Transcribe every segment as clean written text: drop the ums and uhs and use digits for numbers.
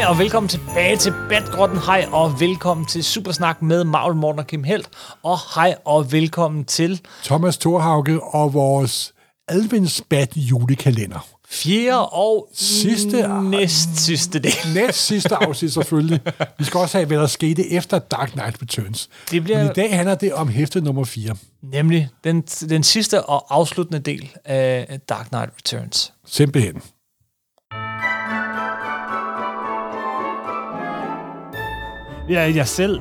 Hej og velkommen tilbage til Batgrotten. Hej og velkommen til Supersnak med Marvel Morten og Kim Helt. Og hej og velkommen til Thomas Thorhauge og vores adventsbat julekalender. Fjerde og næst sidste del. Næst sidste afsnit selvfølgelig. Vi skal også have, hvad der skete efter Dark Knight Returns. Det bliver... Men i dag handler det om hæfte nummer 4. Nemlig den sidste og afsluttende del af Dark Knight Returns. Simpelthen. Ja, jeg selv...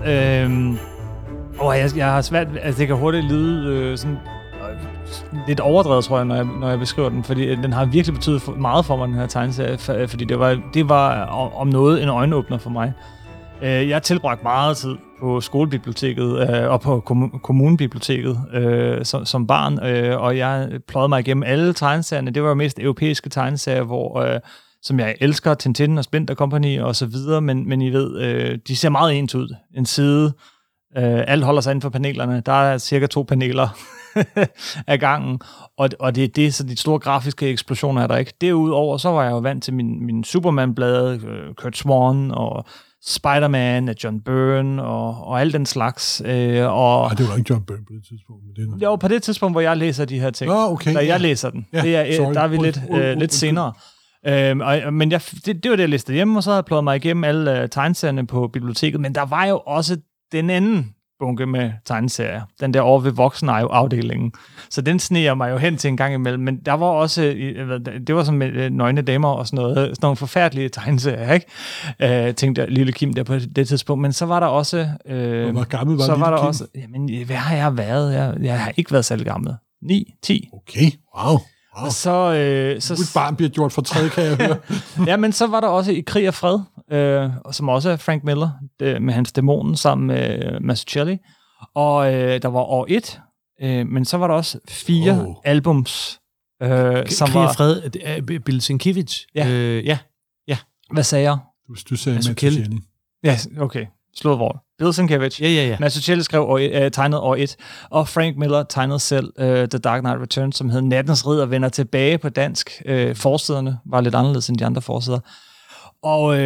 jeg har svært... Altså, det kan hurtigt lyde sådan... lidt overdrevet, tror jeg, når jeg beskriver den, fordi den har virkelig betydet meget for mig, den her tegneserie, fordi det var om noget en øjenåbner for mig. Jeg tilbragte meget tid på skolebiblioteket og på kommunebiblioteket som barn, og jeg pløjede mig igennem alle tegneserierne. Det var mest europæiske tegneserier, hvor som jeg elsker, Tintin og Splinter Company og så videre, men I ved, de ser meget ens ud. En side, alt holder sig inden for panelerne. Der er cirka 2 paneler af gangen, og det er så de store grafiske eksplosioner er der ikke. Derudover så var jeg jo vant til min Superman-blade, Kurt Swan og Spider-Man af John Byrne og alt den slags. Og det var ikke John Byrne på det tidspunkt. Men det jo, på det tidspunkt, hvor jeg læser de her ting. Okay, da jeg læser den. Ja, der er vi lidt senere. Men det var det, jeg læste hjemme, og så havde jeg pløjet mig igennem alle tegneserierne på biblioteket, men der var jo også den anden bunke med tegneserier. Den der over ved voksenafdelingen. Så den sneer mig jo hen til en gang imellem. Men der var også, det var sådan med nøgne damer og sådan nogle forfærdelige tegneserier, ikke? Tænkte jeg, lille Kim der på det tidspunkt. Men så var der også... hvor gammel var så var der Kim? også... Jamen, hvad har jeg været? Jeg har ikke været særlig gammel. 9, 10. Okay, wow. Og så et barn bliver gjort for træde, kan jeg høre. Ja, men så var der også I Krig og Fred, som også er Frank Miller, med hans Dæmonen sammen med Mazzucchelli. Og der var år 1, men så var der også 4 albums, som Krig og Fred, Bill Sienkiewicz. Ja. Hvad sagde jeg? Du sagde Mazzucchelli. Ja, okay. Slået hvor. Bill Sienkiewicz. Ja. Mazzucchelli tegnede år 1, og Frank Miller tegnede selv The Dark Knight Returns, som hed Nattens Ridder vender tilbage på dansk. Forsiderne var lidt anderledes end de andre forsider. Og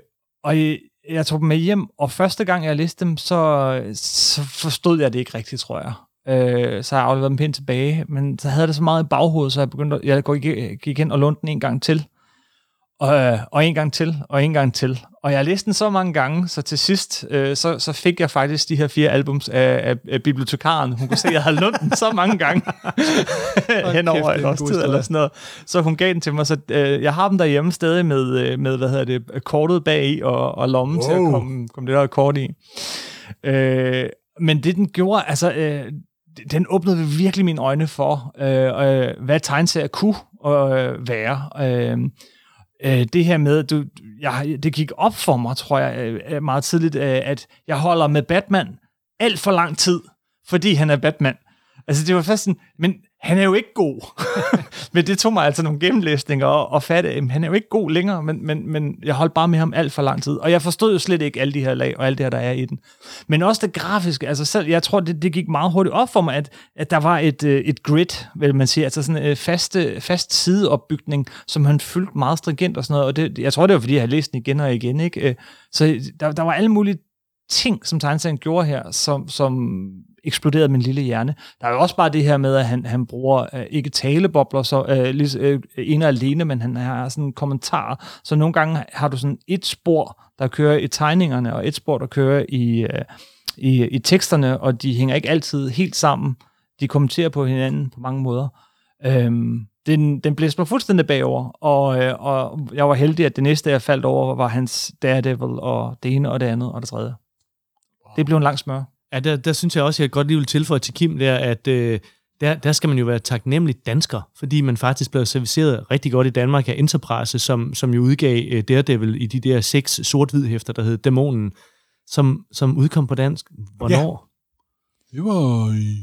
jeg tog dem med hjem, og første gang jeg læste dem, så forstod jeg det ikke rigtigt, tror jeg. Så har jeg afleveret dem pænt tilbage, men så havde jeg det så meget i baghovedet, så jeg gik hen og lånte den en gang til. Og en gang til, og en gang til. Og jeg læste den så mange gange, så til sidst, så fik jeg faktisk de her 4 albums af bibliotekaren. Hun kunne se, at jeg havde lånt den så mange gange hen over et års tid eller sådan noget. Så hun gav den til mig, så jeg har dem derhjemme stadig med kortet bag i og lommen til at komme det der kort i. Men det den gjorde, altså... den åbnede virkelig mine øjne for, hvad tegneserier kunne være. Det her med, det gik op for mig, tror jeg, meget tidligt, at jeg holder med Batman alt for lang tid, fordi han er Batman. Altså, det var først sådan, men han er jo ikke god. Men det tog mig altså nogle gennemlæsninger og fatte, at han er jo ikke god længere, men jeg holdt bare med ham alt for lang tid. Og jeg forstod jo slet ikke alle de her lag og alt det her, der er i den. Men også det grafiske, altså selv, jeg tror, det gik meget hurtigt op for mig, at der var et grid, vil man sige, altså sådan en fast sideopbygning, som han fyldte meget stringent og sådan noget. Og det, jeg tror, det var, fordi jeg havde læst den igen og igen, ikke? Så der var alle mulige ting, som tegneserien gjorde her, som eksploderede min lille hjerne. Der er jo også bare det her med, at han bruger ikke talebobler, så ene alene, men han har sådan en kommentar. Så nogle gange har du sådan et spor, der kører i tegningerne, og et spor, der kører i teksterne, og de hænger ikke altid helt sammen. De kommenterer på hinanden på mange måder. Den blæste mig fuldstændig bagover, og jeg var heldig, at det næste, jeg faldt over, var hans Daredevil, og det ene, og det andet, og det tredje. Det blev en lang smør. Ja, der synes jeg også, jeg godt lige vil tilføje til Kim, at der skal man jo være taknemmelig dansker, fordi man faktisk blev serviceret rigtig godt i Danmark af Enterprise, som jo udgav Daredevil i de der 6 sort-hvid hæfter, der hed Dæmonen, som udkom på dansk. Hvornår? Ja. Det var i...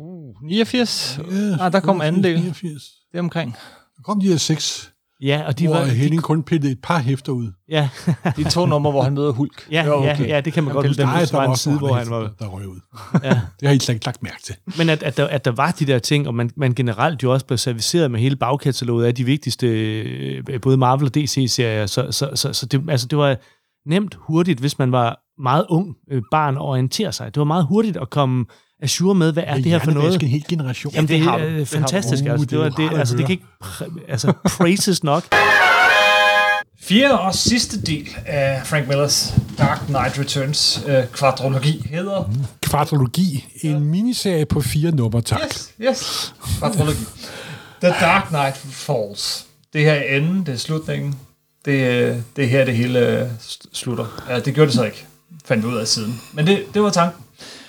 89? Ja, der kom anden del. 89. Det er omkring. Der kom de her 6... Ja, og de hvor var... Henning kun pillede et par hæfter ud. Ja. De 2 numre, hvor han møder Hulk. Ja, det kan man godt huske. Der var en side, hvor han var... Der røg ud. Ja. Det har I slet ikke lagt mærke til. Men at der var de der ting, og man generelt jo også blev serviceret med hele bagkataloget af de vigtigste, både Marvel og DC-serier, så det, altså det var... nemt, hurtigt, hvis man var meget ung barn og orientere sig. Det var meget hurtigt at komme ajour med, hvad er det her for noget? En hel generation. Jamen, det er fantastisk. Altså, det kan ikke praises nok. Fjerde og sidste del af Frank Millers Dark Knight Returns kvadrologi hedder... Kvadrologi. En miniserie på 4 numre, tak. Yes. Kvadrologi. The Dark Knight Falls. Det her er enden, det er slutningen. Det er her, det hele slutter. Ja, det gjorde det så ikke. Fandt vi ud af siden. Men det var tanken.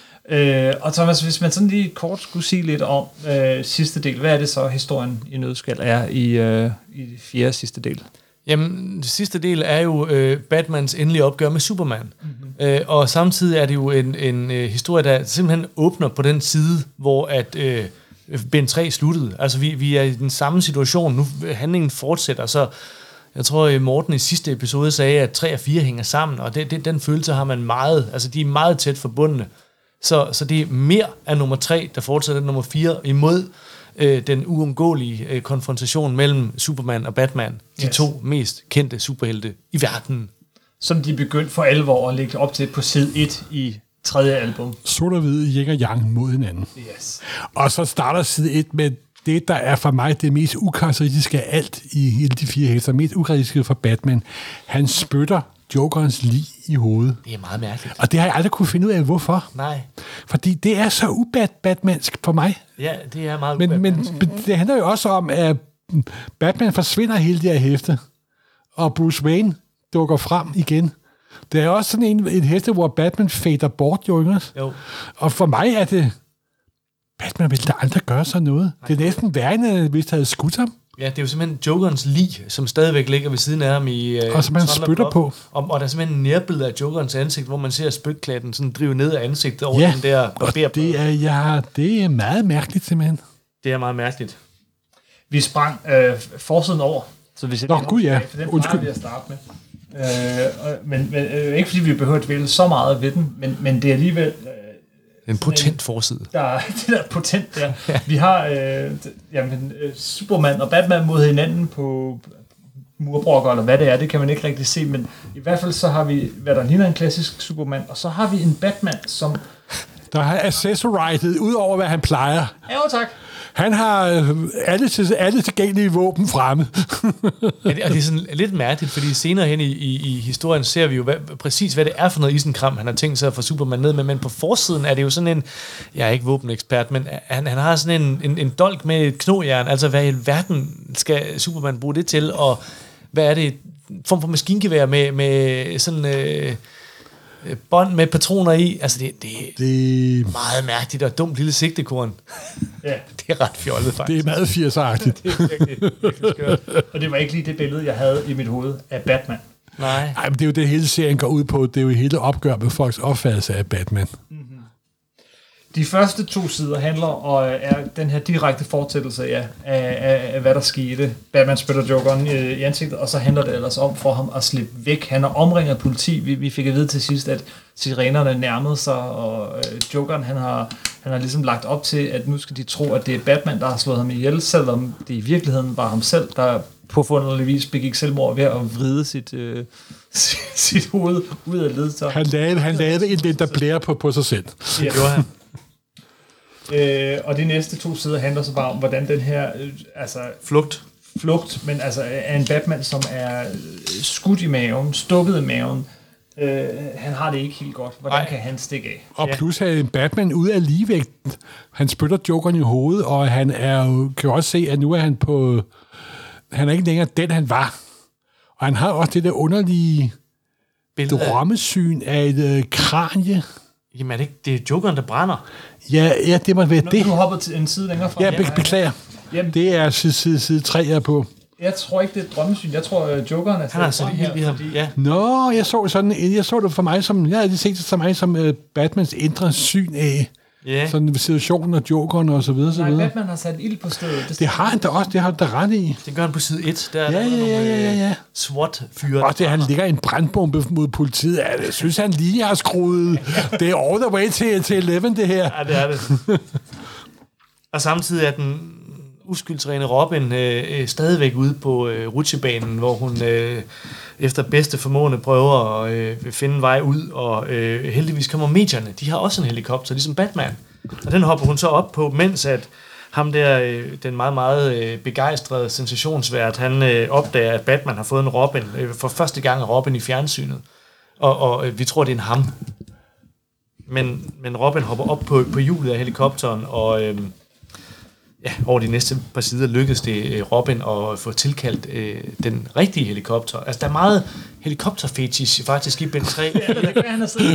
Og Thomas, hvis man sådan lige kort skulle sige lidt om sidste del, hvad er det så, historien i nødskal er i fjerde sidste del? Jamen, sidste del er jo Batmans endelige opgør med Superman. Mm-hmm. Og samtidig er det jo en historie, der simpelthen åbner på den side, hvor at Ben 3 sluttede. Altså, vi er i den samme situation. Nu handlingen fortsætter, så jeg tror, Morten i sidste episode sagde, at 3 og 4 hænger sammen, og den følelse har man meget, altså de er meget tæt forbundne. Så det er mere af nummer 3, der fortsætter nummer 4 imod den uundgåelige konfrontation mellem Superman og Batman. De to mest kendte superhelte i verden. Som de begyndte for alvor at lægge op til på side 1 i 3. album. Sort og hvid, yin og yang mod hinanden. Yes. Og så starter side 1 med det, der er for mig det mest ukarakteristiske af alt i hele de 4 hæfter. Mest ukarakteristiske for Batman. Han spytter Jokerens lig i hovedet. Det er meget mærkeligt. Og det har jeg aldrig kunne finde ud af, hvorfor. Nej. Fordi det er så batmansk for mig. Ja, det er meget men det handler jo også om, at Batman forsvinder hele det her hæfte, og Bruce Wayne dukker frem igen. Det er også sådan et hæfte, hvor Batman fader bort, jo. Og for mig er det, Batman vil da aldrig gøre sådan noget. Nej. Det er næsten værre, end hvis han havde skudt ham. Ja, det er jo simpelthen Jokerens lig, som stadigvæk ligger ved siden af ham i... og som han spytter på. Og der er simpelthen en nærbillede af Jokerens ansigt, hvor man ser spytklatten sådan drive ned af ansigtet over den der barberblad. Det er meget mærkeligt, simpelthen. Det er meget mærkeligt. Vi sprang forsiden over, så vi sætter gud ja. For den plejer vi at starte med. Men ikke fordi vi behøver at dvæle så meget ved den, men det er alligevel... En potent forside. Det der potent der. Ja. Vi har Superman og Batman mod hinanden på murbrokker, eller hvad det er, det kan man ikke rigtig se, men i hvert fald så har vi, hvad der ligner en klassisk Superman, og så har vi en Batman, som... Der har accessorized ud over, hvad han plejer. Ja, tak. Han har alle tilgængelige våben fremme. Og det er sådan lidt mærkeligt, fordi senere hen i historien ser vi jo præcis, hvad det er for noget isenkram, han har tænkt sig at få Superman ned med, men på forsiden er det jo sådan en, jeg er ikke våbenekspert, men han har sådan en dolk med et knogjern, altså hvad i verden skal Superman bruge det til, og hvad er det, form for maskingevær med sådan... bånd med patroner i. Altså, det er meget mærkeligt og dumt lille sigtekorn. Ja. Det er ret fjollet, faktisk. Det er meget 80'er-agtigt. Det er virkelig skørt. Og det var ikke lige det billede, jeg havde i mit hoved af Batman. Nej, men det er jo det, hele serien går ud på. Det er jo hele opgør med folks opfattelse af Batman. Mm-hmm. De første 2 sider handler og er den her direkte fortællelse af hvad der skete. Batman spytter Jokeren i ansigtet, og så handler det ellers om for ham at slippe væk. Han er omringet af politi. Vi fik at vide til sidst, at sirenerne nærmede sig, og Jokeren han har ligesom lagt op til, at nu skal de tro, at det er Batman, der har slået ham ihjel, selvom det i virkeligheden var ham selv, der på forunderligvis begik selvmord ved at vride sit hoved ud af led. Han lavede en Linda Blair på sig selv. Ja, det gjorde han. Og de næste 2 sider handler så bare om, hvordan den her flugt, men altså er en Batman, som er skudt i maven, stukket i maven. Han har det ikke helt godt. Hvordan kan han stikke af? Og plus er en Batman ude af ligevægten. Han spytter Jokeren i hovedet, og han kan også se, at nu er han på... Han er ikke længere den, han var. Og han har også det der underlige drømmesyn af et kranie. Jamen, det er Jokeren, der brænder. Ja, det må være det. Du hopper til en side længere frem. Ja, beklager. Jamen. Det er side 3 her på. Jeg tror ikke, det er et drømmesyn. Jeg tror, Jokeren er sat helt i ham. Ja. Nå, jeg så det for mig som... Jeg havde set det for mig som Batmans indre syn af sådan situationen og Jokeren og så videre. Nej, Batman har sat ild på stedet. Det har han da også. Det har han da ret i. Det gør han på side 1. Der Ja. SWAT-fyre. Og det, han ligger en brandbombe mod politiet. Jeg synes, han lige har skruet. Det er all the way til 11, det her. Ja, det er det. Og samtidig er den uskyldsrene Robin stadigvæk ude på rutsjebanen, hvor hun efter bedste formående prøver at finde en vej ud, og heldigvis kommer medierne. De har også en helikopter, ligesom Batman. Og den hopper hun så op på, mens at ham der, den meget, meget begejstrede sensationsvært, han opdager, at Batman har fået en Robin. For første gang er Robin i fjernsynet. Og vi tror, det er en ham. Men Robin hopper op på hjulet af helikopteren, og over de næste par sider lykkedes det Robin at få tilkaldt den rigtige helikopter. Altså, der er meget helikopterfetish faktisk i Ben 3. Ja, det kan han have siddet.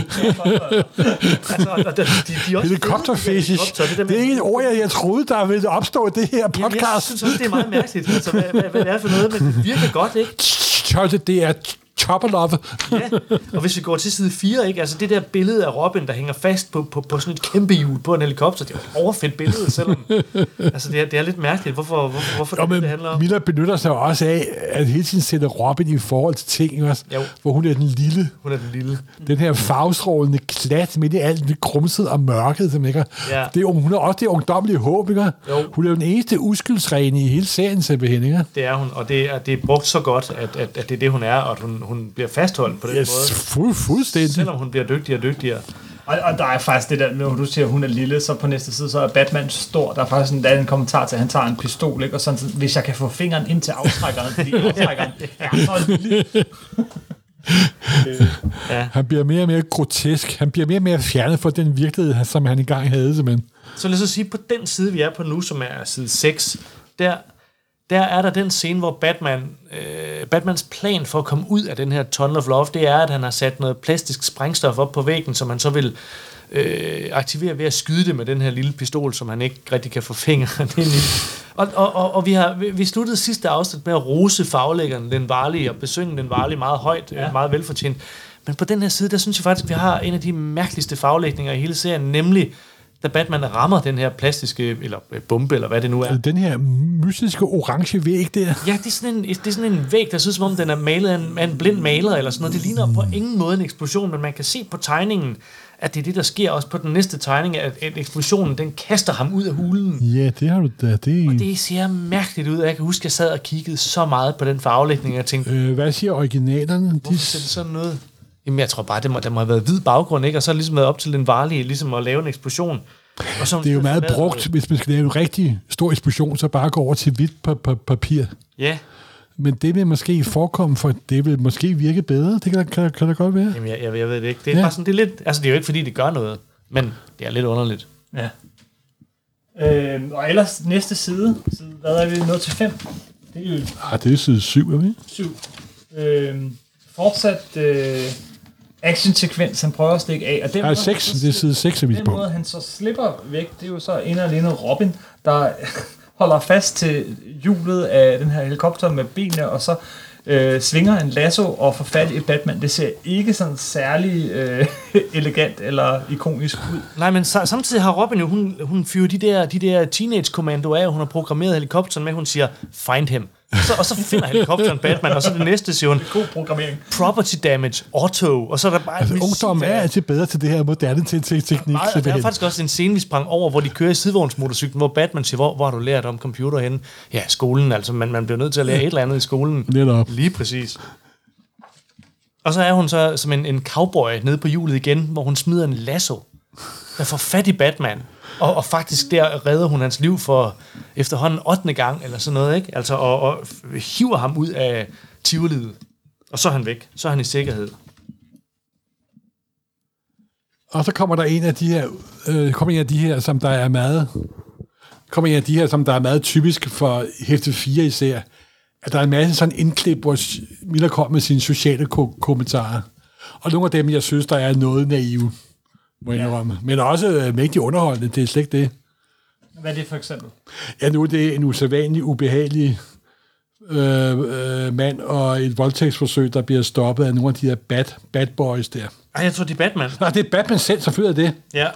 Helikopterfetish. Det er ikke et ord, jeg troede, der ville opstå i det her podcast. Jeg synes også, det er meget mærkeligt. Altså, hvad det er for noget, men det virker godt, ikke? Det er chopper love. Ja, og hvis vi går til side 4, ikke? Altså det der billede af Robin, der hænger fast på sådan et kæmpe hjul på en helikopter, det er et overfedt billede, selvom altså det er lidt mærkeligt. Hvorfor det handler om? Miller benytter sig også af, at hele tiden sætter Robin i forhold til ting, også, hvor hun er den lille. Hun er den lille. Den her farvestrålende klat midt i alt det grumset og mørket, som ikke. Ja. Hun er også det ungdommelige håb, ikke? Hun er jo den eneste uskyldsrene i hele serien, simpelthen, ikke? Det er hun, og det er brugt så godt, at det er det, hun er, og at hun bliver fastholdt på den måde. Fuldstændig. Selvom hun bliver dygtigere og dygtigere. Og der er faktisk det der, når du siger, at hun er lille, så på næste side, så er Batman stor. Der er faktisk en kommentar til, at han tager en pistol, ikke? Og sådan, hvis jeg kan få fingeren ind til aftrækkeren, fordi aftrækkeren er så lille. Ja. Han bliver mere og mere grotesk. Han bliver mere og mere fjernet fra den virkelighed, som han engang havde, simpelthen. Så lad os sige, på den side, vi er på nu, som er side 6, der er der den scene, hvor Batmans plan for at komme ud af den her Tunnel of Love, det er, at han har sat noget plastisk sprængstof op på væggen, som han så vil aktivere ved at skyde det med den her lille pistol, som han ikke rigtig kan få fingeren ind i. Og vi sluttede sidste afsnit med at rose faglæggeren, den Varlige, og besynge den Varlige meget højt, meget velfortjent. Men på den her side, der synes jeg faktisk, at vi har en af de mærkeligste faglægninger i hele serien, nemlig da Batman rammer den her plastiske, eller bombe, eller hvad det nu er. Den her mystiske orange væg der. Ja, det er sådan en væg, der synes som om, den er malet af en blind maler, eller sådan noget. Det ligner på ingen måde en eksplosion, men man kan se på tegningen, at det er det, der sker også på den næste tegning, at eksplosionen, den kaster ham ud af hulen. Ja, det har du da. Og det ser mærkeligt ud. Jeg kan huske, at jeg sad og kiggede så meget på den farvelægning, og jeg tænkte... hvad siger originalerne? Hvorfor ser det sådan noget? Jamen, jeg tror bare, der må have været hvid baggrund, ikke? Og så har det ligesom været op til den Varlige, ligesom at lave en eksplosion. Og så, det er jo meget brugt, hvis man skal lave en rigtig stor eksplosion, så bare gå over til hvidt papir. Ja. Men det vil måske forekomme, for det vil måske virke bedre. Det kan da godt være. Jamen, jeg ved det ikke. Det er bare sådan, det er lidt... Altså, det er jo ikke, fordi det gør noget, men det er lidt underligt. Ja. Og ellers næste side, hvad er vi nået til 5? Det er jo... det er side 7, er vi? 7. Fortsat actionsekvens, han prøver at stikke af. Og den måde, 6, det er side 6, er vi på. Den måde, han så slipper væk, det er jo så en og alene Robin, der holder fast til hjulet af den her helikopter med benene, og så svinger en lasso og får fat i Batman. Det ser ikke sådan særlig elegant eller ikonisk ud. Nej, men samtidig har Robin jo, hun fyrer de der teenage-kommandoer af, hun har programmeret helikopteren med, hun siger, find him. Og så finder helikopteren Batman, og så det næste, siger hun, god programmering. Property damage, auto, og så er der bare... Altså, ungdom er altid bedre til det her moderne teknik. Der er faktisk også en scene, vi sprang over, hvor de kører i sidevognsmotorcyklen, hvor Batman siger, hvor har du lært om computer henne? Ja, skolen, altså, man bliver nødt til at lære et eller andet i skolen. Lige præcis. Og så er hun så som en cowboy nede på hjulet igen, hvor hun smider en lasso, der får fat i Batman. Og faktisk der redder hun hans liv for efterhånden 8. gang, eller sådan noget, ikke? Altså, og hiver ham ud af tivoliet. Og så er han væk. Så er han i sikkerhed. Og så kommer der en af de her, som der er meget typisk for hæfte 4 især. At der er en masse sådan indklip, hvor Miller kommer med sine sociale kommentarer. Og nogle af dem, jeg synes, der er noget naive. Men også mægtig underholdende, det er slet ikke det. Hvad er det for eksempel? Ja, nu er det en usædvanlig, ubehagelig mand og et voldtægtsforsøg, der bliver stoppet af nogle af de her bad boys der. Ej, jeg tror, det er Batman. Nej, det er Batman selv, selvfølgelig er det. Ja.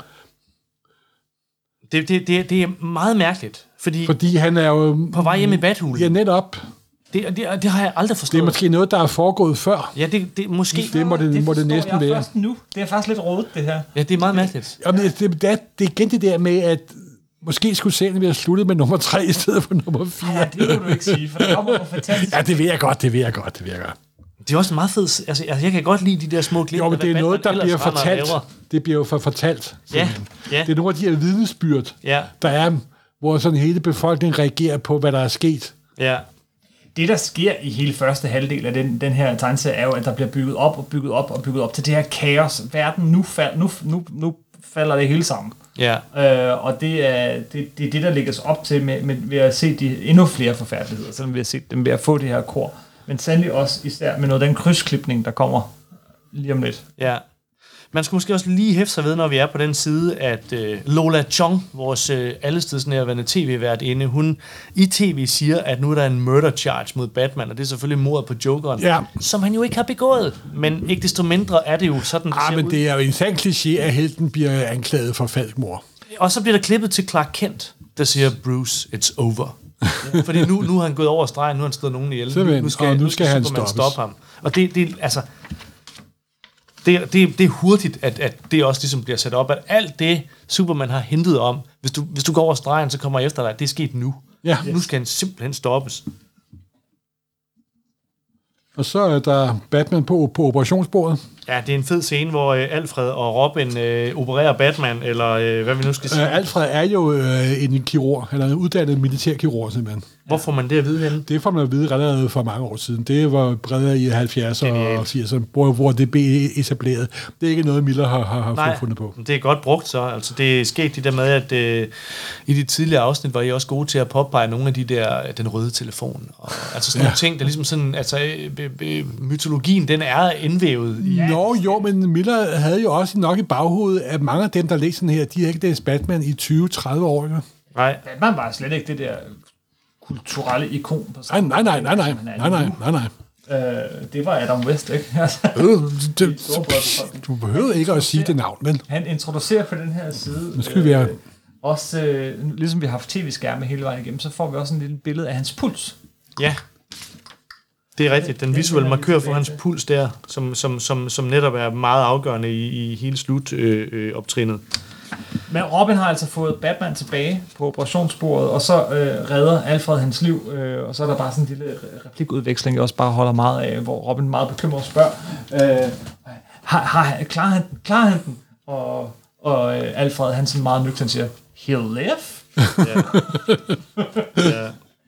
Det er meget mærkeligt, fordi han er jo... På vej hjem i Badhulen. Ja, netop. Det har jeg aldrig forstået. Det er måske noget, der er foregået før. Ja, det måske. Det må det næsten være. Først nu. Det er faktisk lidt rodet, det her. Ja, det er meget mærkeligt. Jamen, det er igen det der med, at måske skulle serien være sluttet med nummer 3 i stedet for nummer 4. Ja, det kan du ikke sige, for det kommer jo fantastisk. Ja, det ved jeg godt. Det er også en meget fed... Altså, jeg kan godt lide de der små glimt. Jo, men det er noget, der bliver fortalt. Det bliver jo fortalt. Ja. Det er nogle af de her vidnesbyrd, der er, hvor sådan hele befolkningen reagerer på, hvad der er sket. Ja. Det, der sker i hele første halvdel af den her tegneserie, er jo, at der bliver bygget op til det her kaos. Verden, nu falder det hele sammen. Ja. Og det er det, der lægges op til ved at se de endnu flere forfærdeligheder, selvom vi har set dem ved at få det her kor. Men sandelig også især med noget af den krydsklipning, der kommer lige om lidt. Ja. Man skal måske også lige hæfte sig ved, når vi er på den side, at Lola Chong, vores allestedsnærværende tv-vært inde, hun i tv siger, at nu er der en murder charge mod Batman, og det er selvfølgelig mordet på Jokeren, som han jo ikke har begået. Men ikke desto mindre er det jo sådan, men det er jo en sand kliché, at helten bliver anklaget for falskmord. Og så bliver der klippet til Clark Kent, der siger, Bruce, it's over. Fordi nu har han gået over stregen, nu har han stået nogen ihjel. Nu skal han stoppe ham. Og det altså... Det er hurtigt, at det også ligesom bliver sat op, at alt det, Superman har hentet om, hvis du går over stregen, så kommer efter dig, det er sket nu. Ja. Nu skal han simpelthen stoppes. Og så er der Batman på operationsbordet. Ja, det er en fed scene, hvor Alfred og Robin opererer Batman, eller hvad vi nu skal sige. Alfred er jo en kirurg, eller en uddannet militærkirurg simpelthen. Hvor får man det at vide henne? Det får man at vide allerede for mange år siden. Det var bredere i 70'erne og 80'erne, hvor det blev etableret. Det er ikke noget, Miller har fundet på. Det er godt brugt så. Altså, det er sket det der med, at i de tidligere afsnit var I også gode til at påpege nogle af de der, den røde telefon. Og, altså sådan nogle ting, der ligesom sådan, altså mytologien, den er indvævet i... Jo, men Miller havde jo også nok i baghovedet, at mange af dem, der læser den her, de har ikke læst Batman i 20-30 år. Ikke? Nej. Batman var slet ikke det der kulturelle ikon. På Nej. Det var Adam West, ikke? Du behøver ikke at sige det navn, men... Han introducerer på den her side... Nu skal vi være... Også, ligesom vi har haft tv-skærme hele vejen igennem, så får vi også en lille billede af hans puls. Ja. Det er rigtigt. Den visuelle markør for hans puls der, som netop er meget afgørende i hele slutoptrinet. Men Robin har altså fået Batman tilbage på operationsbordet, og så redder Alfred hans liv, og så er der bare sådan en lille replikudveksling, jeg også bare holder meget af, hvor Robin meget bekymret spørger, klarer han den? Og Alfred, han sådan meget nøgternt siger, he'll live? Ja.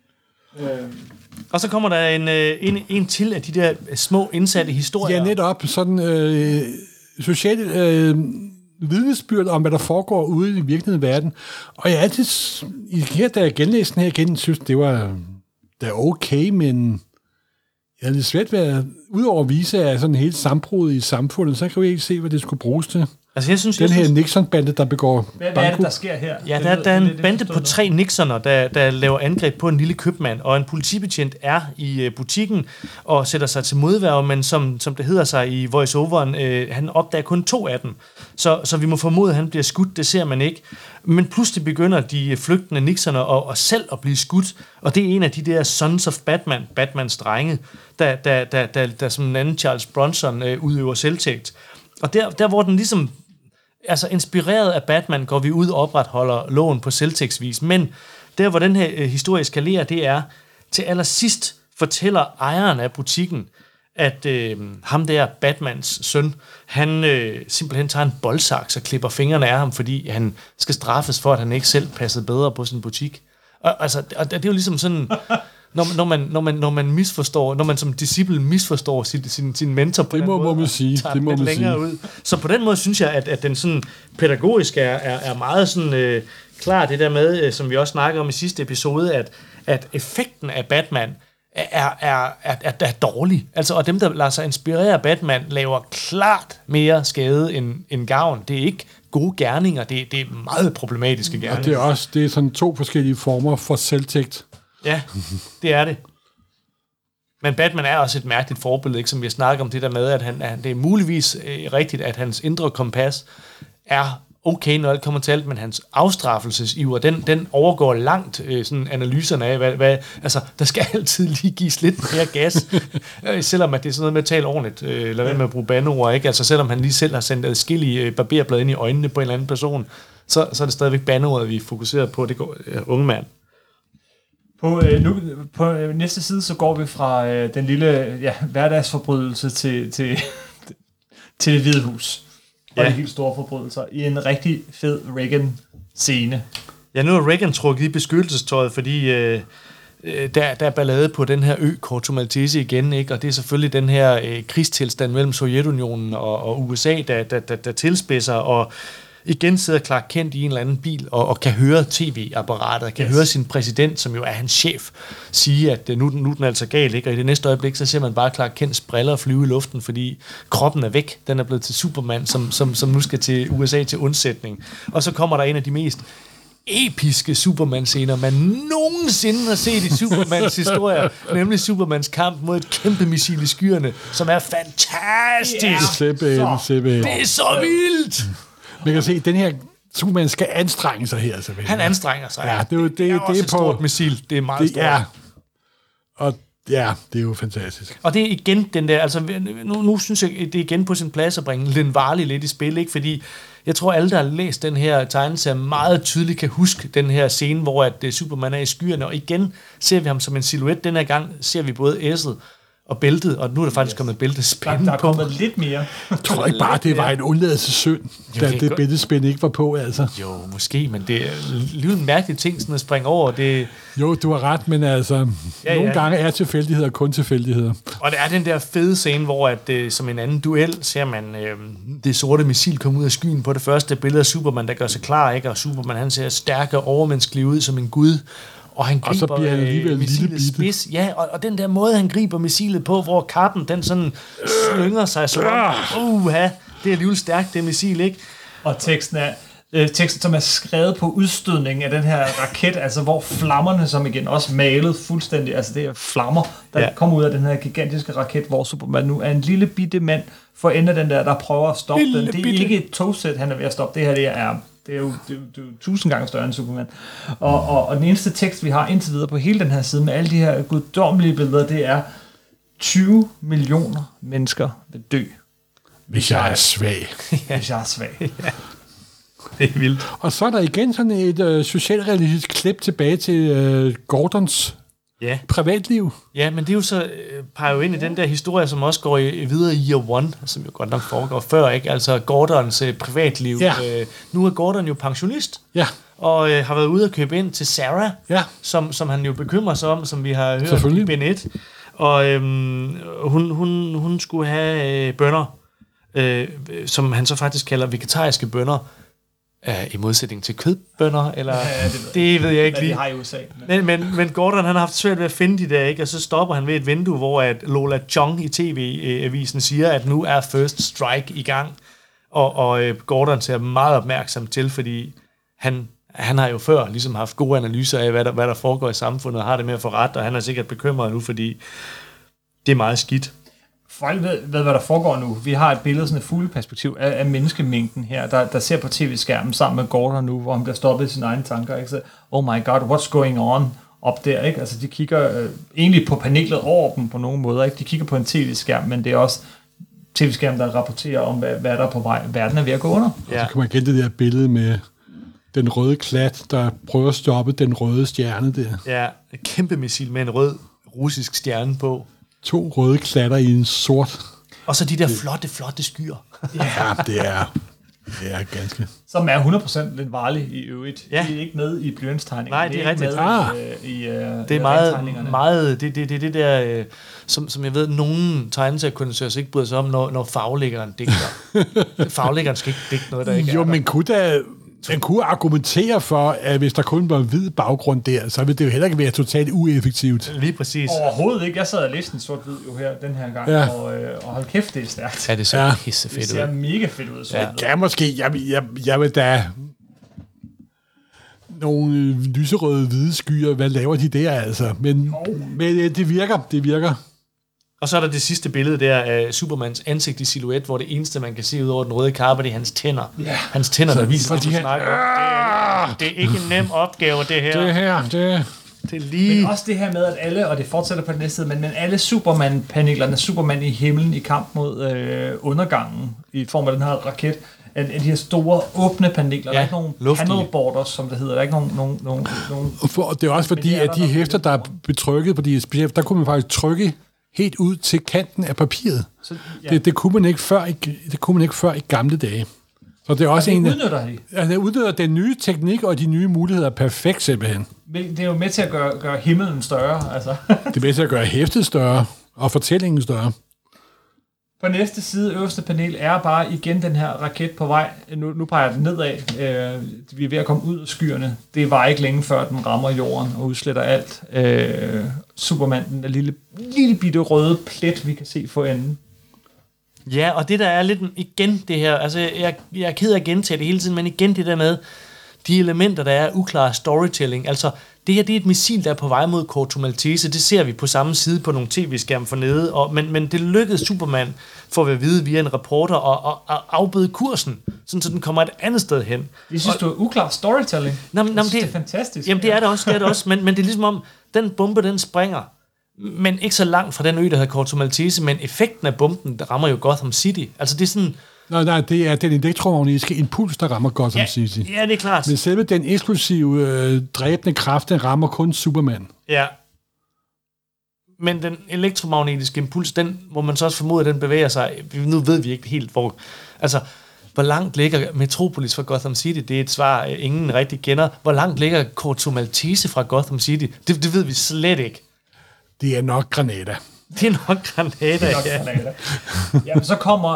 Og så kommer der en til af de der små indsatte historier. Ja, netop sådan sociale vidnesbyrd om, hvad der foregår ude i den virkelige verden. Og jeg altid, da jeg genlæste den her igen, synes det var okay, men jeg havde lidt svært ved at, udover at vise af sådan helt sammenbrud i samfundet, så kan vi ikke se, hvad det skulle bruges til. Altså, jeg synes, Nixon-bande, der begår Hvad er det, der sker her? Ja, der er en bande på 3 Nixoner, der laver angreb på en lille købmand, og en politibetjent er i butikken og sætter sig til modværge, men som det hedder sig i voice-overen, han opdager kun 2 af dem. Så vi må formode, at han bliver skudt, det ser man ikke. Men pludselig begynder de flygtende Nixoner at selv at blive skudt, og det er en af de der Sons of Batman, Batmans drenge, der som en anden Charles Bronson udøver selvtægt. Og der hvor den ligesom, altså inspireret af Batman, går vi ud og opretholder loven på selvtægtsvis. Men der, hvor den her historie eskalerer, det er, til allersidst fortæller ejeren af butikken, at ham der, Batmans søn, han simpelthen tager en boldsaks og klipper fingrene af ham, fordi han skal straffes for, at han ikke selv passede bedre på sin butik. Og det er jo ligesom sådan... Når man misforstår, når man som disciple misforstår sin mentor på det den måde, må man sige. Det må man længere sige. ud. Så på den måde synes jeg, at den sådan pædagogisk er meget sådan klar, det der med, som vi også snakkede om i sidste episode, at effekten af Batman er dårlig. Altså, og dem, der lader sig inspirere af Batman, laver klart mere skade end gavn. Det er ikke gode gerninger, det er meget problematiske gerninger. Og det er sådan 2 forskellige former for selvtægt. Ja, det er det. Men Batman er også et mærkeligt forbillede, ikke? Som vi har snakket om det der med, at det er muligvis rigtigt, at hans indre kompas er okay, når alt kommer til alt, men hans afstraffelsesiver, den overgår langt sådan analyserne af, hvad altså, der skal altid lige gives lidt mere gas, selvom at det er sådan noget med at tale ordentligt, eller hvad med at bruge bandeord, ikke? Altså, selvom han lige selv har sendt adskillige barberblad ind i øjnene på en eller anden person, så er det stadigvæk bandeordet, vi fokuserer på, det går, unge mand. På næste side, så går vi fra den lille hverdagsforbrydelse til det Hvide Hus. Og de helt store forbrydelser i en rigtig fed Reagan-scene. Ja, nu er Reagan trukket i beskyttelsestøjet, fordi der er ballade på den her ø, Corto Maltese igen, ikke? Og det er selvfølgelig den her krigstilstand mellem Sovjetunionen og USA, der tilspidser, og igen sidder Clark Kent i en eller anden bil og kan høre tv-apparatet, kan høre sin præsident, som jo er hans chef, sige, at nu er den altså galt, ikke? Og i det næste øjeblik, så ser man bare Clark Kents briller flyve i luften, fordi kroppen er væk. Den er blevet til Superman, som nu skal til USA til undsætning. Og så kommer der en af de mest episke Superman-scener, man nogensinde har set i Supermans historie, nemlig Supermans kamp mod et kæmpe missil i skyerne, som er fantastisk. Det er så vildt! Man kan se, at den her Superman skal anstrenge sig her. Han anstrenger sig. Ja, det er også et stort missil. Det er meget stort. Ja. Og ja, det er jo fantastisk. Og det er igen den der, altså nu synes jeg, det er igen på sin plads at bringe Lynn Varley lidt i spil, ikke? Fordi jeg tror, alle, der har læst den her tegneserie, meget tydeligt kan huske den her scene, hvor at Superman er i skyerne, og igen ser vi ham som en silhuet. Den her gang ser vi både æsset og bæltet, og nu er der faktisk kommet bæltespænd. Der er kommet lidt mere. Jeg tror ikke bare, det var en undladelsessynd, da det bæltespænd ikke var på, altså. Jo, måske, men det er lidt en mærkelig ting, sådan at springe over. Det... Jo, du har ret, men altså, nogle gange er tilfældigheder kun tilfældigheder. Og der er den der fede scene, hvor at, som en anden duel ser man det sorte missil komme ud af skyen på det første billede af Superman, der gør sig klar, ikke? Og Superman, han ser stærk og overmenneskelig ud som en gud. Og han griber og så bliver han alligevel missilets spids. Ja, og den der måde, han griber missilet på, hvor kappen, den sådan slynger sig så. Det er alligevel stærkt, det missil, ikke? Og teksten, som er skrevet på udstødningen af den her raket, altså hvor flammerne, som igen også malet fuldstændig, altså det er flammer, der kommer ud af den her gigantiske raket, hvor Superman nu er en lille bitte mand for enden af den der prøver at stoppe den. Det er ikke et togsæt, han er ved at stoppe. Det her, det er jo 1000 gange større end Superman. Og den eneste tekst, vi har indtil videre på hele den her side, med alle de her guddommelige billeder, det er 20 millioner mennesker vil dø. Hvis jeg er svag. Hvis jeg er svag. Ja. Det er vildt. Og så er der igen sådan et socialrealistisk klip tilbage til Gordons privatliv. Ja, men det er jo så peger jo ind i den der historie, som også går videre i Year One, som jo godt nok foregår før, ikke? Altså Gordons privatliv. Ja. Nu er Gordon jo pensionist, og har været ude at købe ind til Sarah, som han jo bekymrer sig om, som vi har hørt i Bennett. Og hun skulle have bønner, som han så faktisk kalder vegetariske bønner, i modsætning til kødbønner, eller det ved jeg ikke lige. De har i USA. Men Gordon, han har haft svært ved at finde de der, ikke? Og så stopper han ved et vindue, hvor at Lola Chung i TV-avisen siger, at nu er First Strike i gang. Og Gordon ser meget opmærksom til, fordi han har jo før ligesom haft gode analyser af, hvad der foregår i samfundet, og har det med at få ret, og han er sikkert bekymret nu, fordi det er meget skidt. Folk ved, hvad der foregår nu. Vi har et billede, sådan et fugleperspektiv af menneskemængden her, der ser på tv-skærmen sammen med Gordon nu, hvor han bliver stoppet i sine egne tanker. Ikke? Så, oh my god, what's going on op der? Ikke? Altså, de kigger egentlig på panelet over dem på nogle måder. Ikke? De kigger på en tv-skærm, men det er også tv-skærmen, der rapporterer om, hvad der er på vej. Verden er ved at gå under. Ja. Så kan man kende det der billede med den røde klat, der prøver at stoppe den røde stjerne der. Ja, et kæmpe missil med en rød russisk stjerne på. 2 røde klatter i en sort. Og så de der flotte skyer. Ja, det er ganske. Som er 100% lidt varlig i øvrigt. Ja. De er ikke med i blyantstegningerne. Nej, det er rigtigt. Det er meget det der, som jeg ved, nogen tegneseriekondensører ikke bryder sig om, når faglæggeren digter. Faglæggeren skal ikke digte noget, der ikke er. Jo, men man kunne argumentere for, at hvis der kun var hvid baggrund der, så ville det jo heller ikke være totalt ueffektivt. Lige præcis. Overhovedet ikke. Jeg sad og læste en sort-hvid jo her den her gang, og hold kæft, det er stærkt. Ja, det ser pissefedt ud. Det ser mega fedt ud. Ja, måske. Jeg vil da nogle lyserøde hvide skyer. Hvad laver de der, altså? Men det virker. Og så er der det sidste billede der af Supermans ansigt i silhuet, hvor det eneste, man kan se ud over den røde kappe, det er hans tænder. Yeah. Hans tænder, der viser, at det er ikke en nem opgave, det her. Det er lige... Men også det her med, at alle, og det fortsætter på den næste side, men alle Superman-panelerne, Superman i himlen i kamp mod undergangen, i form af den her raket, af de her store åbne paneler. Der er ikke nogen panel borders, som det hedder. Der er ikke nogen... Det er også fordi, at de hæfter, der er betrykket på de specielt, der kunne man faktisk trykke helt ud til kanten af papiret. Så, ja. Det kunne man ikke før i gamle dage. Så det er også det udnytter den nye teknik og de nye muligheder perfekt simpelthen. Det er jo med til at gøre himlen større. Altså. Det er med til at gøre hæftet større og fortællingen større. På næste side, øverste panel, er bare igen den her raket på vej. Nu peger den nedad. Vi er ved at komme ud af skyerne. Det var ikke længe før, den rammer jorden og udsletter alt. Superman, den lille bitte røde plet, vi kan se for enden. Ja, og det der er lidt igen det her, altså jeg er ked af at gentage det hele tiden, men igen det der med de elementer, der er uklar storytelling. Altså, det her det er et missil, der er på vej mod Corto Maltese. Det ser vi på samme side på nogle tv-skærme fornede. Men det lykkedes Superman for at vide via en reporter og afbøde kursen, sådan så den kommer et andet sted hen. Det synes du er uklar storytelling? Det er fantastisk. Jamen, det er det også. Men det er ligesom om, den bombe, den springer. Men ikke så langt fra den ø, der hedder Corto Maltese, men effekten af bomben, der rammer jo Gotham City. Altså, det er sådan... Nej, det er den elektromagnetiske impuls, der rammer Gotham City. Ja, det er klart. Men selve den eksklusive, dræbende kraft, den rammer kun Superman. Ja. Men den elektromagnetiske impuls, den må man så også formode, at den bevæger sig. Nu ved vi ikke helt, hvor... Altså, hvor langt ligger Metropolis fra Gotham City? Det er et svar, ingen rigtig kender. Hvor langt ligger Corto Maltese fra Gotham City? Det ved vi slet ikke. Det er nok Granada. Det er nok Granada. Jamen, så kommer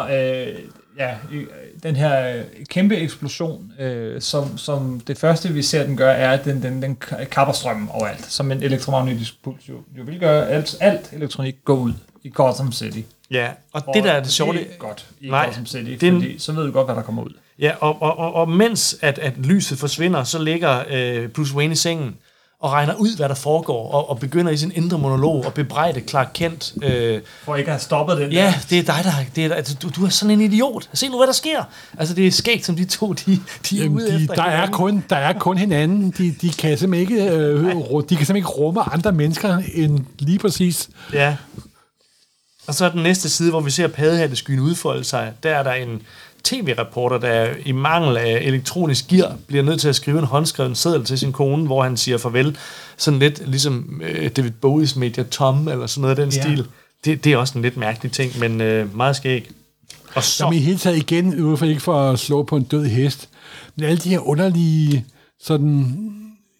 den her kæmpe eksplosion, som det første, vi ser den gøre, er, at den kapper strømmen overalt, som en elektromagnetisk puls jo vil gøre alt elektronik gå ud i Gotham City. Ja, og det der er det sjove... Det er ikke godt i Gotham City, fordi så ved du godt, hvad der kommer ud. Ja, og mens at lyset forsvinder, så ligger Bruce Wayne i sengen, og regner ud, hvad der foregår, og begynder i sin indre monolog og bebrejde Clark Kent. For ikke at have stoppet den. Ja, det er dig, altså, du er sådan en idiot. Se nu, hvad der sker. Altså, det er skægt, som de to, de er ude efter. Der er kun hinanden. De kan simpelthen ikke rumme andre mennesker end lige præcis. Ja. Og så er den næste side, hvor vi ser paddehatteskyen udfolde sig. Der er der en tv-reporter, der i mangel af elektronisk gear bliver nødt til at skrive en håndskreven seddel til sin kone, hvor han siger farvel. Sådan lidt ligesom David Bowies Major Tom, eller sådan noget af den stil. Det er også en lidt mærkelig ting, men meget skæg. Og så... Jamen i hele taget igen, ikke for at slå på en død hest, men alle de her underlige sådan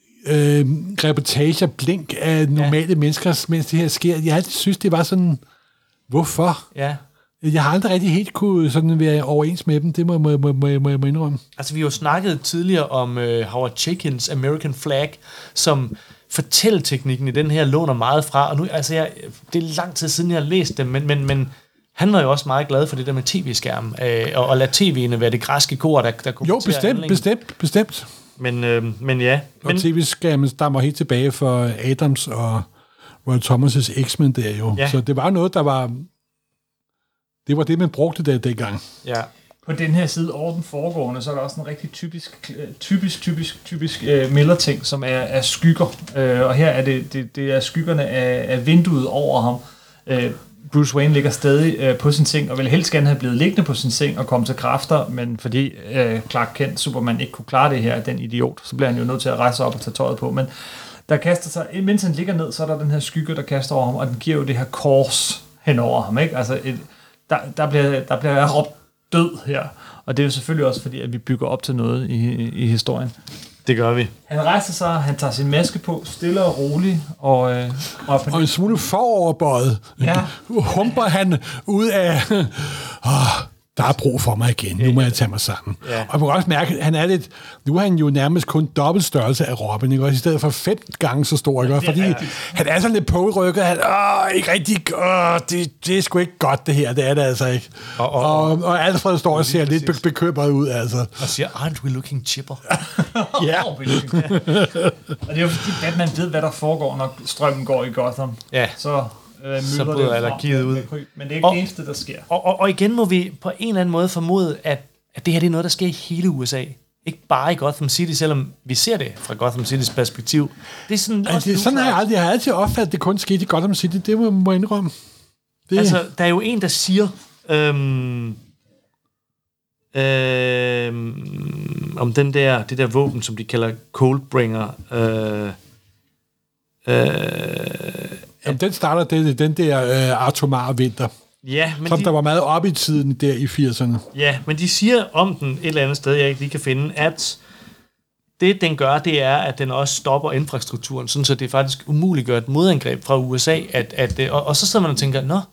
reportager, blink af normale mennesker, mens det her sker. Jeg altid synes, det var sådan, hvorfor? Ja. Jeg har aldrig rigtig helt kunne sådan være overens med dem. Det må jeg indrømme. Altså, vi har jo snakket tidligere om Howard Chaykins American Flag, som fortælleteknikken i den her låner meget fra. Og nu, altså, det er lang tid siden, jeg har læst dem, men han var jo også meget glad for det der med tv-skærm, og lade tv'ene være det græske kor, der kommenterer. Jo, bestemt. Men ja. Og tv-skærmen stammer helt tilbage for Adams og Roy Thomas' X-Men der jo. Ja. Så det var noget, der var... Det var det, man brugte der dengang. Ja. På den her side over den foregående, så er der også en rigtig typisk Miller-ting, som er skygger. Og her er det er skyggerne af vinduet over ham. Bruce Wayne ligger stadig på sin seng, og ville helst gerne have blevet liggende på sin seng og komme til kræfter, men fordi Clark Kent, Superman, ikke kunne klare det her, den idiot, så bliver han jo nødt til at rejse op og tage tøjet på. Men der kaster sig, mens han ligger ned, så er der den her skygge, der kaster over ham, og den giver jo det her kors hen over ham, ikke? Altså der bliver råbt død her. Og det er jo selvfølgelig også fordi, at vi bygger op til noget i historien. Det gør vi. Han rejser sig, han tager sin maske på, stille og roligt. Og en smule foroverbøjet. Ja. Humper han ud af... der er brug for mig igen. Nu må jeg tage mig sammen. Ja. Og man kan også mærke, at han er lidt... Nu er han jo nærmest kun dobbelt størrelse af Robin, ikke? Også i stedet for 5 gange så stor, ikke? Fordi han er sådan lidt pårykket. Ikke rigtig... det er sgu ikke godt, det her. Det er det altså ikke. Og Alfred står og ser lidt bekymret ud, altså. Og siger, aren't we looking chipper? Ja. Og det er jo fordi, Batman ved, hvad der foregår, når strømmen går i Gotham. Ja. Så så bryder allergiet ud. Men det er ikke det eneste, der sker. Og igen må vi på en eller anden måde formode, at det her det er noget, der sker i hele USA. Ikke bare i Gotham City, selvom vi ser det fra Gotham Citys perspektiv. Det er sådan, sådan har jeg altid opfattet, at det kun skete i Gotham City. Det må jeg indrømme. Altså, der er jo en, der siger om det der våben, som de kalder Coldbringer. Jamen, den starter den der atomare vinter. Ja, men som der var meget op i tiden der i 80'erne. Ja, men de siger om den et eller andet sted, jeg ikke lige kan finde, at det, den gør, det er, at den også stopper infrastrukturen, sådan så det faktisk umuliggør et modangreb fra USA. Og så sidder man og tænker, nå,